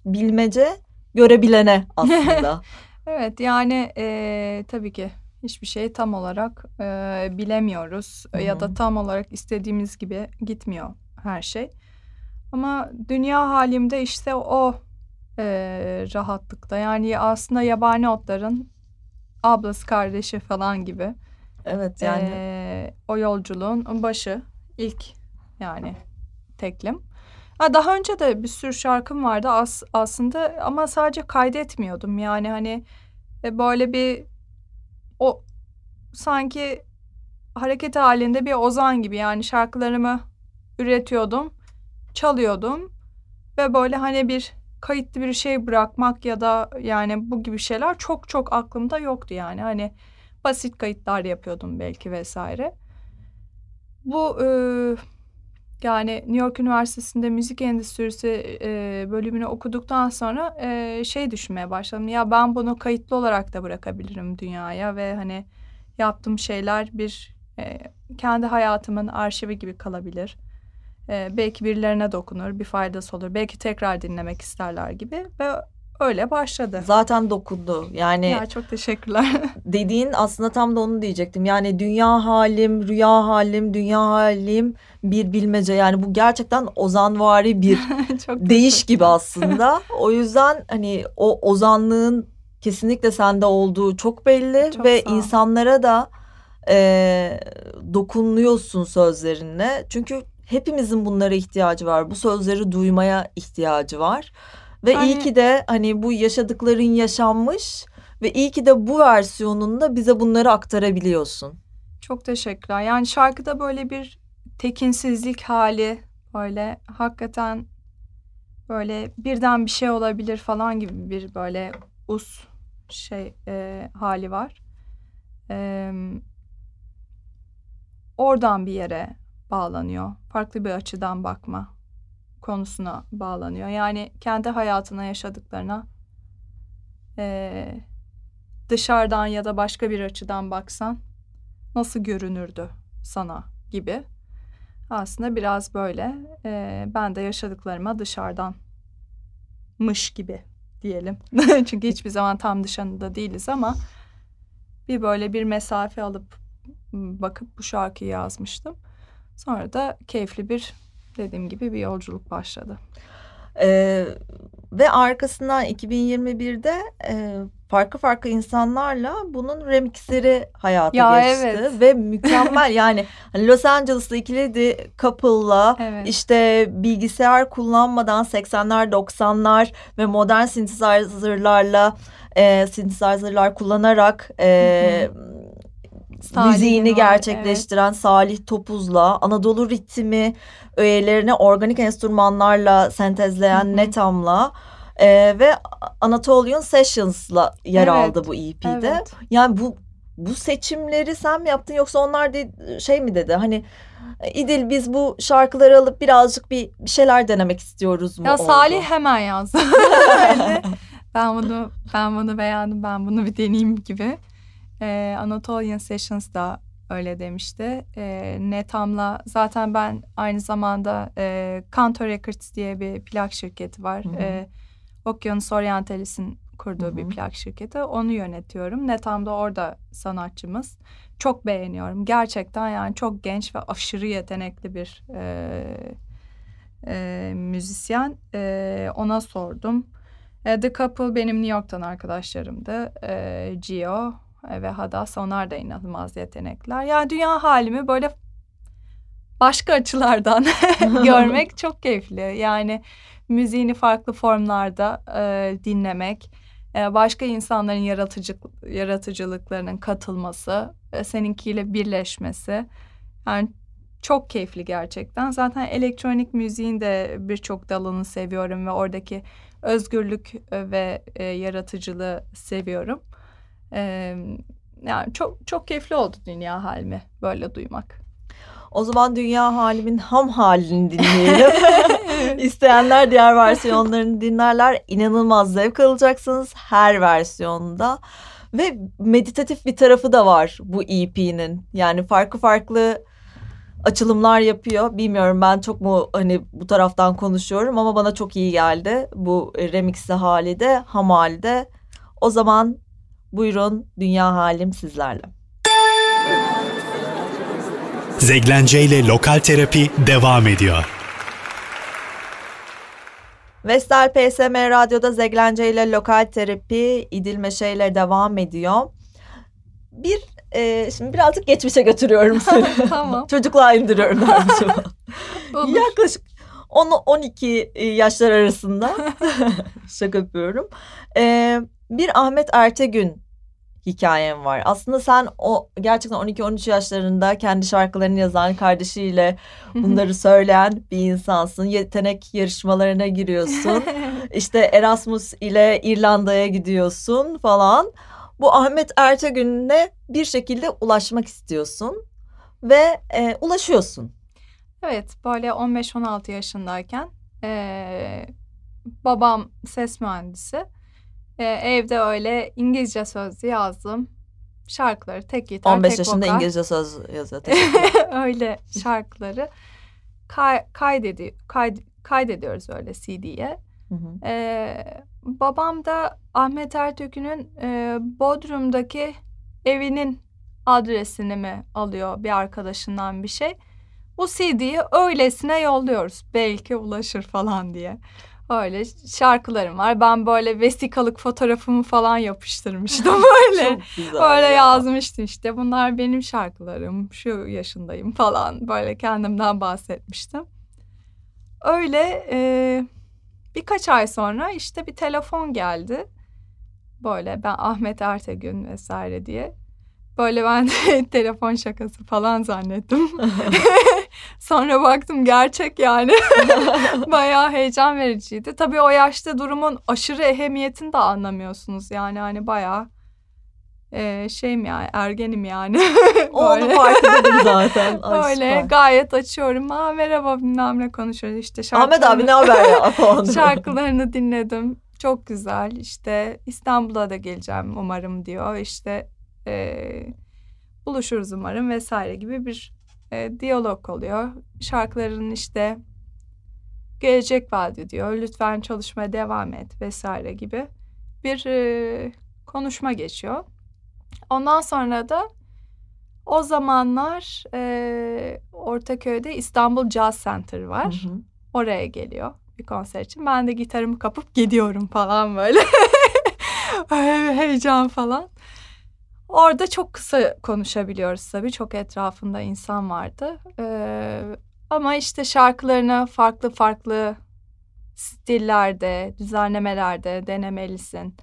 bilmece görebilene aslında. Evet, yani tabii ki hiçbir şeyi tam olarak bilemiyoruz. Ya da tam olarak istediğimiz gibi gitmiyor her şey. Ama dünya halimde işte o rahatlıkta. Yani aslında yabani otların ablası kardeşi falan gibi. Evet yani. O yolculuğun başı, ilk yani teklim. Daha önce de bir sürü şarkım vardı aslında ama sadece kaydetmiyordum. Yani hani böyle bir o sanki hareket halinde bir ozan gibi, yani şarkılarımı üretiyordum, çalıyordum ve böyle hani bir kayıtlı bir şey bırakmak ya da yani bu gibi şeyler çok çok aklımda yoktu yani. Hani basit kayıtlar yapıyordum belki vesaire. Bu yani New York Üniversitesi'nde müzik endüstrisi bölümünü okuduktan sonra şey düşünmeye başladım. Ya ben bunu kayıtlı olarak da bırakabilirim dünyaya ve hani yaptığım şeyler bir kendi hayatımın arşivi gibi kalabilir. Belki birilerine dokunur, bir faydası olur. Belki tekrar dinlemek isterler gibi ve öyle başladı. Zaten dokundu. Yani Ya çok teşekkürler. dediğin aslında tam da onu diyecektim. Yani dünya halim, rüya halim, dünya halim bir bilmece. Yani bu gerçekten ozanvari bir Çok deyiş gibi aslında. O yüzden hani o ozanlığın kesinlikle sende olduğu çok belli Çok ve sağ ol. insanlara da dokunuyorsun sözlerinle. Çünkü hepimizin bunlara ihtiyacı var. Bu sözleri duymaya ihtiyacı var. Ve iyi ki de hani bu yaşadıkların yaşanmış ve iyi ki de bu versiyonunda bize bunları aktarabiliyorsun. Çok teşekkürler. Yani şarkıda böyle bir tekinsizlik hali, böyle hakikaten böyle birden bir şey olabilir falan gibi bir böyle şey hali var. Oradan bir yere bağlanıyor. Farklı bir açıdan bakma konusuna bağlanıyor. Yani kendi hayatına yaşadıklarına dışarıdan ya da başka bir açıdan baksan nasıl görünürdü sana gibi. Aslında biraz böyle ben de yaşadıklarıma dışarıdanmış gibi diyelim. Çünkü hiçbir zaman tam dışarıda değiliz ama bir böyle bir mesafe alıp bakıp bu şarkıyı yazmıştım. Sonra da keyifli bir, dediğim gibi, bir yolculuk başladı. Ve arkasından 2021'de farklı farklı insanlarla bunun remixleri hayata geçti. Evet. Ve mükemmel yani hani Los Angeles'ta ikili The Couple'la Evet. işte bilgisayar kullanmadan 80'ler 90'lar ve modern synthesizer'lar kullanarak müziğini gerçekleştiren Salih Topuz'la Anadolu ritmi öğelerini organik enstrümanlarla sentezleyen Netam'la ve Anatolian Sessions'la yer aldı bu EP'de. Evet. Yani bu seçimleri sen mi yaptın yoksa onlar şey mi dedi? Hani İdil biz bu şarkıları alıp birazcık bir şeyler denemek istiyoruz mu Ya oldu? Salih hemen yazdı. ben bunu beğendim, ben bunu bir deneyeyim gibi. Anatolian Sessions da öyle demişti. Netam'la zaten ben aynı zamanda Canto Records diye bir plak şirketi var. Okyanus Orientalis'in kurduğu bir plak şirketi. Onu yönetiyorum. Netam da orada sanatçımız. Çok beğeniyorum. Gerçekten yani çok genç ve aşırı yetenekli bir müzisyen. Ona sordum. The Couple benim New York'tan arkadaşlarımdı. Gio ve Hadas, onlar da inanılmaz yetenekler. Yani dünya halimi böyle başka açılardan görmek çok keyifli. Yani müziğini farklı formlarda dinlemek, başka insanların yaratıcılıklarının katılması, seninkiyle birleşmesi. Yani çok keyifli gerçekten. Zaten elektronik müziğin de birçok dalını seviyorum ve oradaki özgürlük ve yaratıcılığı seviyorum. Yani çok çok keyifli oldu dünya halimi böyle duymak. O zaman dünya halimin ham halini dinleyelim. İsteyenler diğer versiyonlarını dinlerler. İnanılmaz zevk alacaksınız her versiyonda. Ve meditatif bir tarafı da var bu EP'nin. Yani farklı farklı açılımlar yapıyor. Bilmiyorum ben çok mu hani bu taraftan konuşuyorum ama bana çok iyi geldi. Bu remixli hali de ham hali de. O zaman buyurun Dünya Halim sizlerle. Zeglence ile Lokal Terapi devam ediyor. Vestel PSM Radyo'da Zeglence ile Lokal Terapi İdil Meşe ile devam ediyor. Şimdi birazcık geçmişe götürüyorum seni. Tamam. Çocukluğa indiriyorum dermişim. Olur. Yaklaşık 10-12 yaşlar arasında şaka yapıyorum. Bir Ahmet Ertegün hikayem var. Aslında sen o gerçekten 12-13 yaşlarında kendi şarkılarını yazan, kardeşiyle bunları söyleyen bir insansın. Yetenek yarışmalarına giriyorsun. İşte Erasmus ile İrlanda'ya gidiyorsun falan. Bu Ahmet Ertegün'le bir şekilde ulaşmak istiyorsun ve ulaşıyorsun. Evet, böyle 15-16 yaşındayken babam ses mühendisi. Evde öyle İngilizce sözlü yazdım. Şarkıları tek gitar, 15 tek yaşında vokal. İngilizce söz yazıyor. Öyle şarkıları kaydediyoruz öyle CD'ye. Hı hı. Babam da Ahmet Ertegün'ün Bodrum'daki evinin adresini mi alıyor bir arkadaşından bir şey. Bu CD'yi öylesine yolluyoruz. Belki ulaşır falan diye. Öyle şarkılarım var. Ben böyle vesikalık fotoğrafımı falan yapıştırmıştım böyle. Çok güzel Böyle ya. yazmıştım işte. Bunlar benim şarkılarım. Şu yaşındayım falan. Böyle kendimden bahsetmiştim. Öyle birkaç ay sonra işte bir telefon geldi. Böyle ben Ahmet Ertegün vesaire diye. Böyle ben de telefon şakası falan zannettim. Sonra baktım gerçek yani. Bayağı heyecan vericiydi. Tabii o yaşta durumun aşırı ehemmiyetini de anlamıyorsunuz. Yani hani bayağı şeyim yani ergenim yani. Onu fark ettim zaten. Ay, Öyle süper. gayet açıyorum. Merhaba bilmem ne konuşuyoruz işte Ahmet abi ne haber ya falan. şarkılarını dinledim. Çok güzel işte İstanbul'a da geleceğim umarım diyor. İşte buluşuruz umarım vesaire gibi bir diyalog oluyor. Şarkıların işte gelecek vaat ediyor. Lütfen çalışmaya devam et vesaire gibi bir konuşma geçiyor. Ondan sonra da o zamanlar Ortaköy'de İstanbul Jazz Center var. Hı hı. Oraya geliyor bir konser için. Ben de gitarımı kapıp gidiyorum falan böyle. Heyecan falan. Orada çok kısa konuşabiliyoruz tabii. Çok etrafında insan vardı. Ama işte şarkılarını farklı farklı stillerde, düzenlemelerde denemelisin.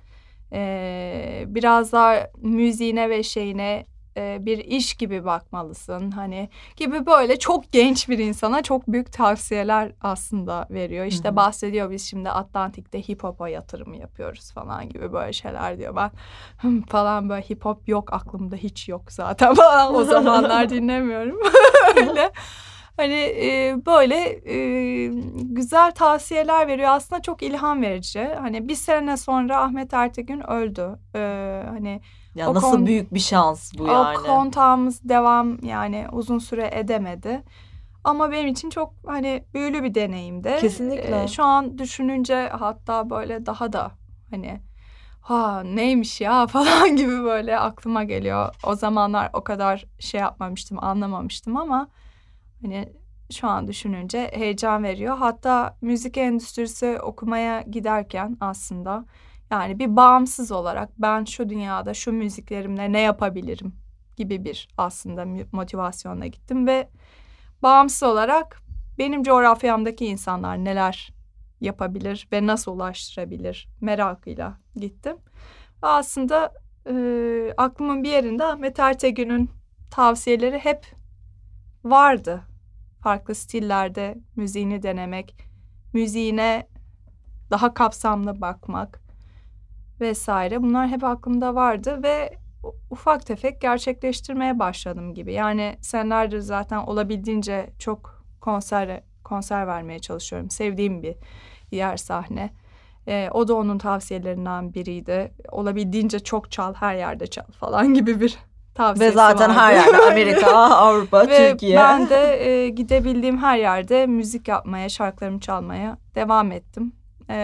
Biraz daha müziğine ve şeyine bir iş gibi bakmalısın. Hani gibi böyle çok genç bir insana çok büyük tavsiyeler aslında veriyor. İşte Hı hı. bahsediyor biz şimdi Atlantik'te hip hop'a yatırım yapıyoruz falan gibi böyle şeyler diyor. Ben falan böyle hip hop yok aklımda hiç yok zaten falan o zamanlar dinlemiyorum. Öyle. Hani böyle güzel tavsiyeler veriyor. Aslında çok ilham verici. Hani bir sene sonra Ahmet Ertegün öldü. Hani Ya o nasıl büyük bir şans bu yani. o kontağımız devam yani uzun süre edemedi. Ama benim için çok hani büyülü bir deneyimdi. Kesinlikle. Şu an düşününce hatta böyle daha da hani neymiş ya falan gibi böyle aklıma geliyor. O zamanlar o kadar şey yapmamıştım, anlamamıştım ama hani şu an düşününce heyecan veriyor. Hatta müzik endüstrisi okumaya giderken aslında yani bir bağımsız olarak ben şu dünyada şu müziklerimle ne yapabilirim gibi bir aslında motivasyonla gittim ve bağımsız olarak benim coğrafyamdaki insanlar neler yapabilir ve nasıl ulaştırabilir merakıyla gittim. Ve aslında aklımın bir yerinde Ahmet Ertegün'ün tavsiyeleri hep vardı. Farklı stillerde müziğini denemek, müziğine daha kapsamlı bakmak vesaire. Bunlar hep aklımda vardı ve ufak tefek gerçekleştirmeye başladım gibi. Yani senelerdir zaten olabildiğince çok konser vermeye çalışıyorum. Sevdiğim bir yer sahne. O da onun tavsiyelerinden biriydi. Olabildiğince çok çal, her yerde çal falan gibi bir tavsiyesi Ve zaten vardı. her yerde Amerika, Avrupa, Ve Türkiye. ben de gidebildiğim her yerde müzik yapmaya, şarkılarımı çalmaya devam ettim.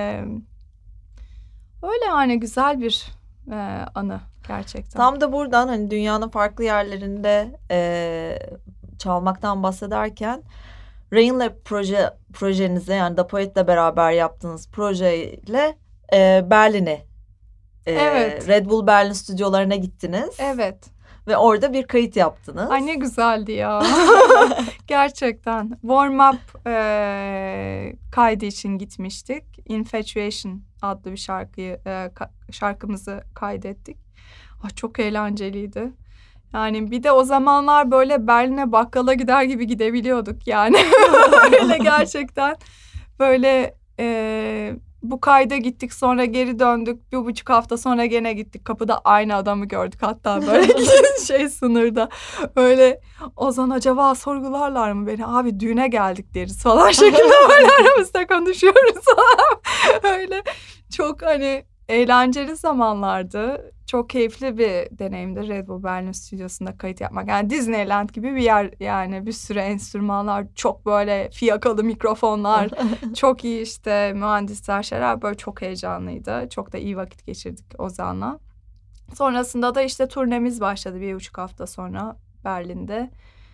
Öyle yani güzel bir anı gerçekten. Tam da buradan hani dünyanın farklı yerlerinde çalmaktan bahsederken Rainlab projenize, yani Da Poet'le beraber yaptığınız projeyle Berlin'e, Evet. Red Bull Berlin stüdyolarına gittiniz. Evet. Ve orada bir kayıt yaptınız. Ay ne güzeldi ya. Gerçekten. Warm Up kaydı için gitmiştik. Infatuation adlı bir şarkımızı kaydettik. Ay, çok eğlenceliydi. Yani bir de o zamanlar böyle Berlin'e bakkala gider gibi gidebiliyorduk yani. Öyle gerçekten. Böyle bu kayda gittik, sonra geri döndük. 1,5 hafta sonra gene gittik. Kapıda aynı adamı gördük hatta böyle sınırda. Öyle Ozan acaba sorgularlar mı beni? Abi düğüne geldik deriz falan şeklinde böyle aramızda konuşuyoruz falan. Öyle çok hani eğlenceli zamanlardı. Çok keyifli bir deneyimdi Red Bull Berlin stüdyosunda kayıt yapmak. Yani Disneyland gibi bir yer, yani bir sürü enstrümanlar, çok böyle fiyakalı mikrofonlar, çok iyi işte mühendisler, şeyler, böyle çok heyecanlıydı. Çok da iyi vakit geçirdik Ozan'la. Sonrasında da işte turnemiz başladı 1,5 hafta sonra Berlin'de.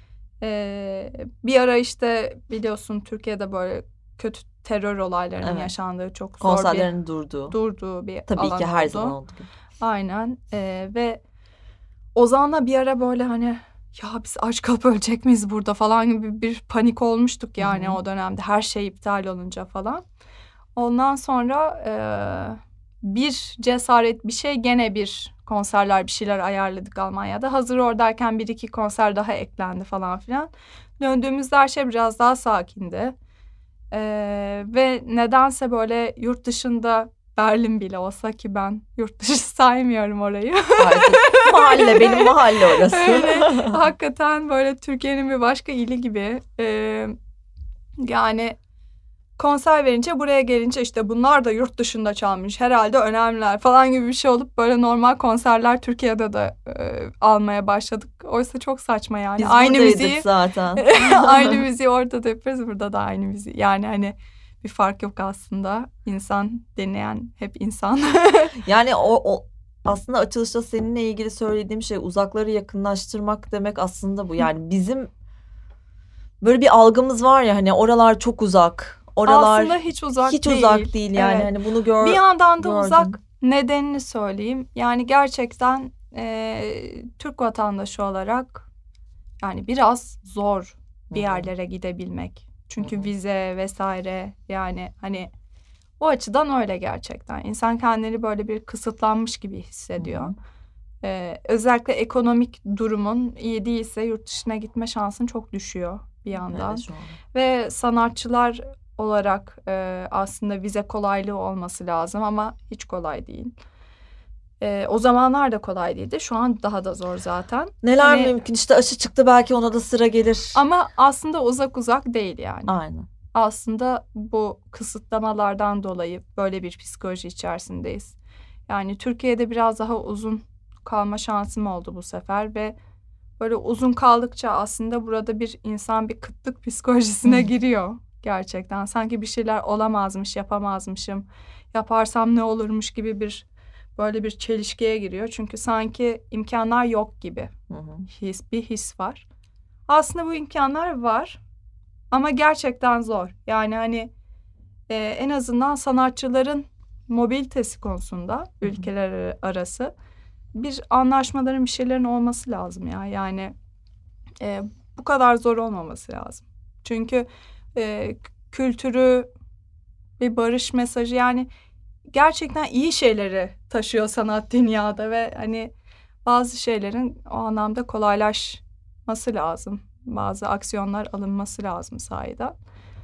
Bir ara işte biliyorsun Türkiye'de böyle kötü terör olaylarının yaşandığı çok zor konserlerin durduğu bir tabii alan ki her oldu. zaman olduğu gibi. Aynen. Ve Ozan'la bir ara böyle hani ya biz aç kalıp ölecek miyiz burada falan gibi bir panik olmuştuk yani o dönemde, her şey iptal olunca falan. Ondan sonra bir cesaret bir şey, gene bir konserler, bir şeyler ayarladık Almanya'da. Hazır oradayken 1-2 konser daha eklendi falan filan. Döndüğümüzde her şey biraz daha sakindi. Ve nedense böyle yurt dışında, Berlin bile olsa, ki ben yurt dışı saymıyorum orayı. Artık mahalle, benim mahalle orası. Öyle, hakikaten böyle Türkiye'nin bir başka ili gibi. Yani konser verince, buraya gelince işte bunlar da yurt dışında çalmış, herhalde önemliler falan gibi bir şey olup böyle normal konserler Türkiye'de de almaya başladık. Oysa çok saçma yani. Biz aynı buradaydık müziği zaten. aynı müziği orada da yapıyoruz, burada da aynı müziği. Yani hani bir fark yok aslında. İnsan dinleyen hep insan. Yani o aslında açılışta seninle ilgili söylediğim şey, uzakları yakınlaştırmak demek aslında bu. Yani bizim böyle bir algımız var ya, hani oralar çok uzak. Oralar aslında hiç uzak hiç değil. uzak değil yani. Evet. Hani bunu Bir yandan da gördüm. uzak, nedenini söyleyeyim. Yani gerçekten Türk vatandaşı olarak yani biraz zor bir yerlere gidebilmek. Çünkü vize vesaire, yani hani o açıdan öyle gerçekten. İnsan kendini böyle bir kısıtlanmış gibi hissediyor. Özellikle ekonomik durumun iyi değilse yurt dışına gitme şansın çok düşüyor bir yandan. Evet, şu an. Ve sanatçılar olarak aslında vize kolaylığı olması lazım ama hiç kolay değil. O zamanlar da kolay değildi. Şu an daha da zor zaten. Neler Hani, mümkün, işte aşı çıktı, belki ona da sıra gelir. ama aslında uzak değil yani. Aynen. Aslında bu kısıtlamalardan dolayı böyle bir psikoloji içerisindeyiz. Yani Türkiye'de biraz daha uzun kalma şansım oldu bu sefer ve böyle uzun kaldıkça aslında burada bir insan bir kıtlık psikolojisine giriyor gerçekten. Sanki bir şeyler olamazmış, yapamazmışım, yaparsam ne olurmuş gibi böyle bir çelişkiye giriyor. Çünkü sanki imkanlar yok gibi bir his var. Aslında bu imkanlar var ama gerçekten zor. Yani hani en azından sanatçıların mobilitesi konusunda ülkeler arası bir anlaşmaların, bir şeylerin olması lazım ya. Yani bu kadar zor olmaması lazım. Çünkü kültürü, bir barış mesajı, yani gerçekten iyi şeyleri taşıyor sanat dünyada ve hani bazı şeylerin o anlamda kolaylaşması lazım. Bazı aksiyonlar alınması lazım sahiden.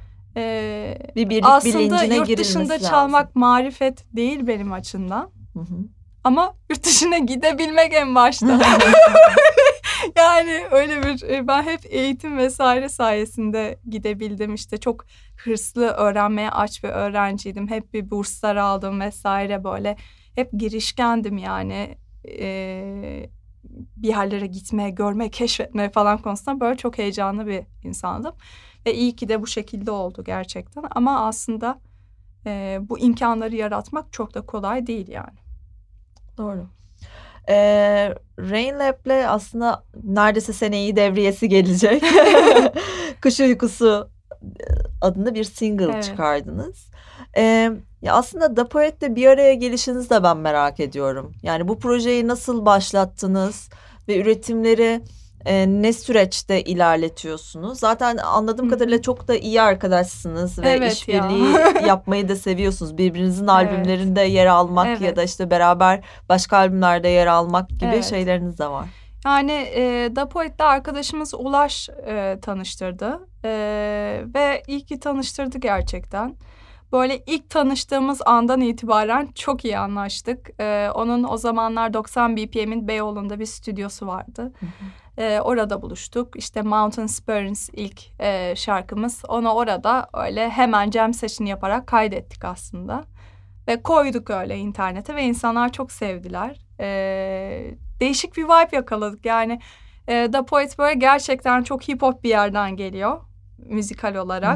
Bir birlik aslında bilincine yurt girilmesi dışında lazım. çalmak marifet değil benim açımdan. Ama yurt dışına gidebilmek en başta. Yani öyle bir, ben hep eğitim vesaire sayesinde gidebildim. İşte çok hırslı, öğrenmeye aç bir öğrenciydim. Hep bir burslar aldım vesaire böyle. Hep girişkendim yani. bir yerlere gitme, görme, keşfetme falan konusunda böyle çok heyecanlı bir insandım. Ve iyi ki de bu şekilde oldu gerçekten. Ama aslında bu imkanları yaratmak çok da kolay değil yani. Doğru. Rain Lab'le aslında neredeyse seneyi devriyesi gelecek. Kış Uykusu adında bir single çıkardınız. Ya aslında Da Poet'le bir araya gelişinizi de ben merak ediyorum. Yani bu projeyi nasıl başlattınız ve üretimleri ne süreçte ilerletiyorsunuz? Zaten anladığım kadarıyla çok da iyi arkadaşsınız ve işbirliği yapmayı da seviyorsunuz. Birbirinizin albümlerinde yer almak ya da işte beraber başka albümlerde yer almak gibi şeyleriniz de var. Yani Da Poet'le arkadaşımız Ulaş tanıştırdı ve iyi ki tanıştırdı gerçekten. Böyle ilk tanıştığımız andan itibaren çok iyi anlaştık. Onun o zamanlar 90 BPM'in Beyoğlu'nda bir stüdyosu vardı. Orada buluştuk. İşte Mountain Spurns ilk şarkımız. Onu orada öyle hemen jam session yaparak kaydettik aslında. Ve koyduk öyle internete ve insanlar çok sevdiler. Değişik bir vibe yakaladık. Yani Da Poet böyle gerçekten çok hip hop bir yerden geliyor müzikal olarak.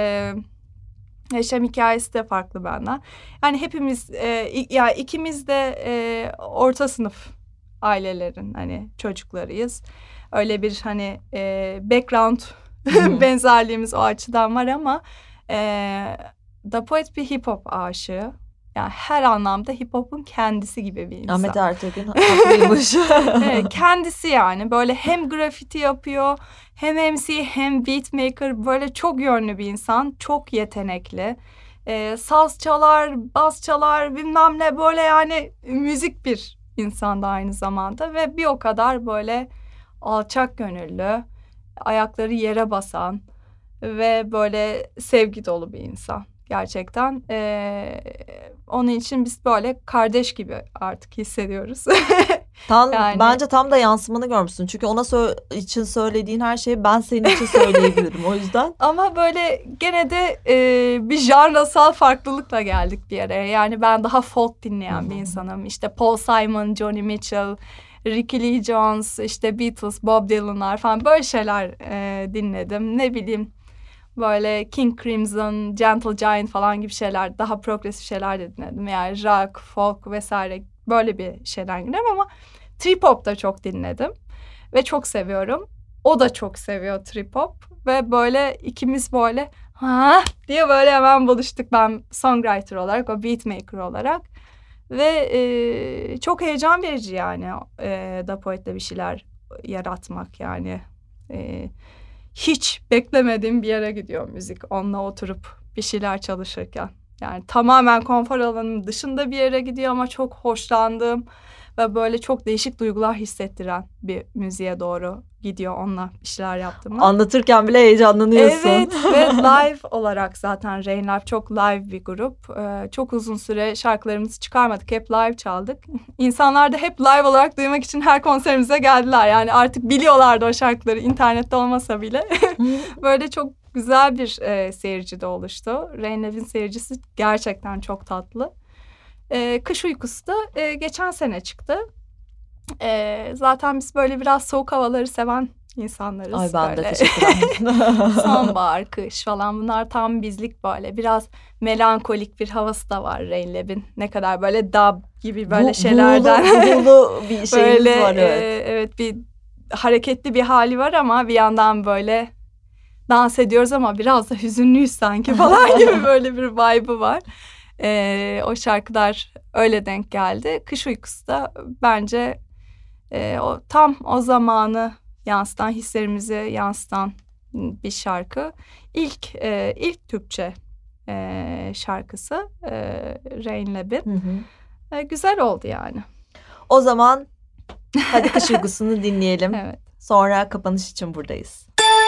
Yaşam hikayesi de farklı benden. Yani hepimiz yani ikimiz de orta sınıf ailelerin hani çocuklarıyız. Öyle bir hani background benzerliğimiz o açıdan var ama Da Poet bir hip hop aşığı. Yani her anlamda hip hop'un kendisi gibi bir insan. Ahmet Ertegun haklıymış. Evet, kendisi yani böyle hem grafiti yapıyor, hem MC, hem beatmaker, böyle çok yönlü bir insan, çok yetenekli. Saz çalar, bas çalar, bilmem ne, böyle yani müzik bir insan da aynı zamanda ve bir o kadar böyle alçak gönüllü, ayakları yere basan ve böyle sevgi dolu bir insan. Gerçekten onun için biz böyle kardeş gibi artık hissediyoruz. Yani... Bence tam da yansımanı görmüşsün. Çünkü ona için söylediğin her şeyi ben senin için söyleyebilirim o yüzden. Ama böyle gene de bir janrasal farklılıkla geldik bir araya. Yani ben daha folk dinleyen bir insanım. İşte Paul Simon, Joni Mitchell, Ricky Lee Jones, işte Beatles, Bob Dylan'lar falan böyle şeyler dinledim. Ne bileyim. Böyle King Crimson, Gentle Giant falan gibi şeyler, daha progresif şeyler de dinledim. Yani rock, folk vesaire böyle bir şeyden gidiyorum ama trip hop da çok dinledim ve çok seviyorum. O da çok seviyor trip hop ve böyle ikimiz böyle ha diye böyle hemen buluştuk. Ben songwriter olarak, o beatmaker olarak ve çok heyecan verici yani Da Poet'le bir şeyler yaratmak yani. Hiç beklemediğim bir yere gidiyor müzik. Onunla oturup bir şeyler çalışırken. Yani tamamen konfor alanının dışında bir yere gidiyor ama çok hoşlandığım ve böyle çok değişik duygular hissettiren bir müziğe doğru gidiyor onunla bir şeyler yaptığımda. Anlatırken bile heyecanlanıyorsun. Evet ve live olarak zaten Rain Lab çok live bir grup. Çok uzun süre şarkılarımızı çıkarmadık. Hep live çaldık. İnsanlar da hep live olarak duymak için her konserimize geldiler. Yani artık biliyorlardı o şarkıları internette olmasa bile. Böyle çok güzel bir seyirci de oluştu. Rain Lab'in seyircisi gerçekten çok tatlı. Kış Uykusu da geçen sene çıktı. Zaten biz böyle biraz soğuk havaları seven insanlarız. Ay ben böyle. de teşekkür ederim. Sonbahar, kış falan bunlar tam bizlik böyle. Biraz melankolik bir havası da var Rain Lab'in. Ne kadar böyle dub gibi böyle şeylerden. Buğulu bir şeyimiz böyle, var evet. Evet bir hareketli bir hali var ama bir yandan böyle dans ediyoruz ama biraz da hüzünlüyüz sanki falan gibi böyle bir vibe'ı var. O şarkılar öyle denk geldi. Kış Uykusu da bence tam o zamanı yansıtan, hislerimizi yansıtan bir şarkı. İlk Türkçe şarkısı Rain Lab'in. Güzel oldu yani. O zaman hadi Kış Uykusu'nu dinleyelim. Evet. Sonra kapanış için buradayız.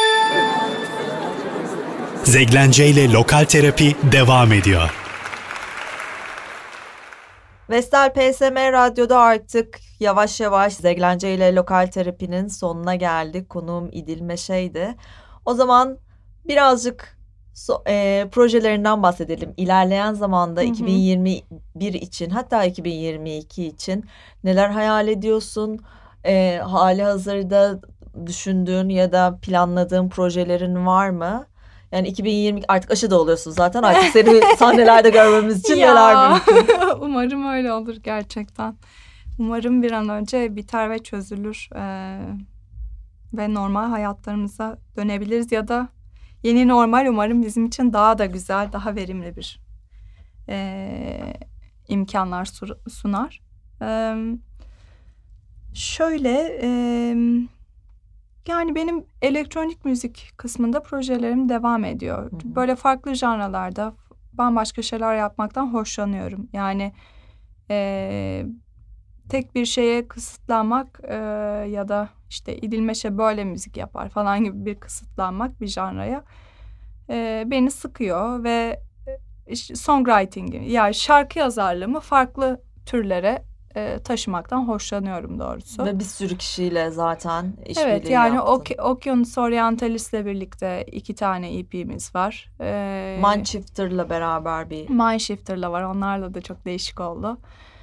Zeglence ile Lokal Terapi devam ediyor. Vestel PSM Radyo'da artık yavaş yavaş Zeglence ile Lokal Terapi'nin sonuna geldik. Konuğum İdil Meşe'ydi. O zaman birazcık projelerinden bahsedelim. İlerleyen zamanda 2021 için hatta 2022 için neler hayal ediyorsun? hali hazırda düşündüğün ya da planladığın projelerin var mı? Yani 2020 artık aşı da oluyorsun zaten. Artık seni sahnelerde görmemiz için neler mümkün? Umarım öyle olur gerçekten. Umarım bir an önce biter ve çözülür. Ve normal hayatlarımıza dönebiliriz ya da yeni normal umarım bizim için daha da güzel, daha verimli bir imkanlar sunar. Yani benim elektronik müzik kısmında projelerim devam ediyor. Hı hı. Böyle farklı janralarda bambaşka şeyler yapmaktan hoşlanıyorum. Yani tek bir şeye kısıtlanmak ya da işte İdilmeşe böyle müzik yapar falan gibi bir kısıtlanmak bir janraya beni sıkıyor ve songwriting'i yani şarkı yazarlığımı farklı türlere taşımaktan hoşlanıyorum doğrusu. Ve bir sürü kişiyle zaten işbirliği Evet yani yaptın. Okyanus Orientalis'le birlikte 2 tane EP'miz var. Mindshifter'la beraber bir... Mindshifter'la var. Onlarla da çok değişik oldu.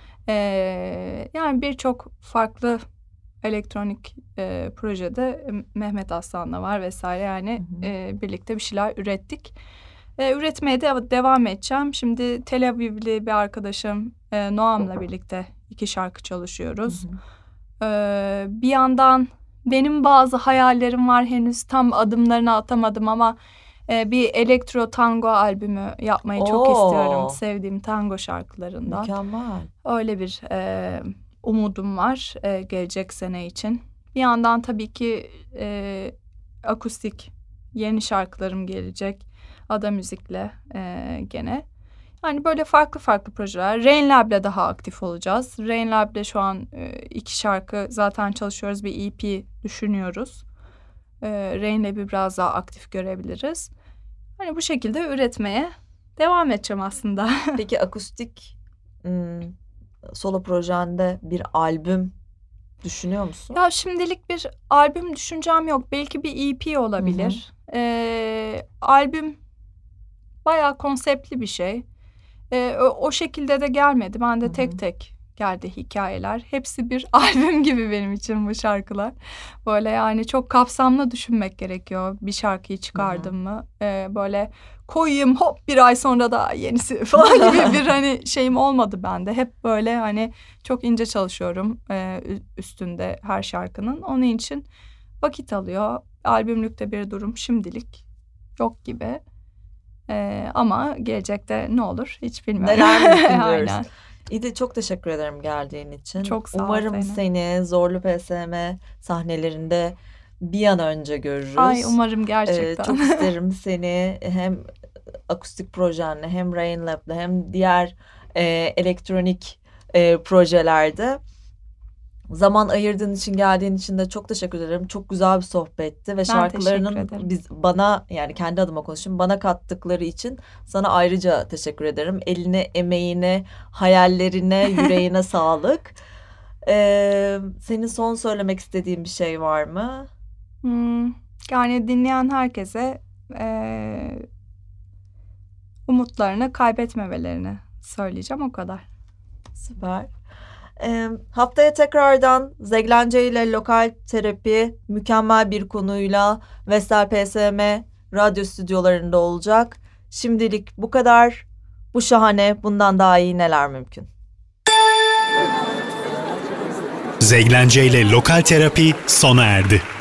Yani birçok farklı elektronik projede Mehmet Aslan'la var vesaire. Yani birlikte bir şeyler ürettik. Üretmeye de devam edeceğim. Şimdi Tel Avivli bir arkadaşım Noam'la birlikte 2 şarkı çalışıyoruz. Bir yandan benim bazı hayallerim var, henüz tam adımlarını atamadım ama bir elektro tango albümü yapmayı çok istiyorum. Sevdiğim tango şarkılarından. Mükemmel. Öyle bir umudum var gelecek sene için. Bir yandan tabii ki akustik yeni şarkılarım gelecek. Ada Müzik'le gene. Yani böyle farklı farklı projeler. Rain Lab'le daha aktif olacağız. Rain Lab'le şu an 2 şarkı zaten çalışıyoruz. Bir EP düşünüyoruz. Rain Lab'i biraz daha aktif görebiliriz. Hani bu şekilde üretmeye devam edeceğim aslında. Peki akustik solo projende bir albüm düşünüyor musun? Ya şimdilik bir albüm düşüncem yok. Belki bir EP olabilir. Albüm bayağı konseptli bir şey. O şekilde de gelmedi. Ben de tek tek geldi hikayeler. Hepsi bir albüm gibi benim için bu şarkılar. Böyle yani çok kapsamlı düşünmek gerekiyor. Bir şarkıyı çıkardım mı? Böyle koyayım hop bir ay sonra da yenisi falan gibi bir hani şeyim olmadı bende. Hep böyle hani çok ince çalışıyorum üstünde her şarkının. Onun için vakit alıyor. Albümlükte bir durum şimdilik yok gibi. Ama gelecekte ne olur hiç bilmiyorum. Neler mümkün diyoruz. Aynen. İdi, çok teşekkür ederim geldiğin için. Çok sağ ol Umarım seni Zorlu PSM sahnelerinde bir an önce görürüz. Ay umarım gerçekten. Çok isterim seni hem akustik projenle hem Rain Lab'le hem diğer elektronik projelerde. Zaman ayırdığın için, geldiğin için de çok teşekkür ederim. Çok güzel bir sohbetti ve şarkılarının bana, yani kendi adıma konuşayım, bana kattıkları için sana ayrıca teşekkür ederim. Eline, emeğine, hayallerine, yüreğine sağlık. Senin son söylemek istediğin bir şey var mı? Yani dinleyen herkese umutlarını kaybetmemelerini söyleyeceğim, o kadar. Süper. Haftaya tekrardan Zeglence ile Lokal Terapi mükemmel bir konuyla Vestel PSM radyo stüdyolarında olacak. Şimdilik bu kadar. Bu şahane, bundan daha iyi neler mümkün? Zeglence ile Lokal Terapi sona erdi.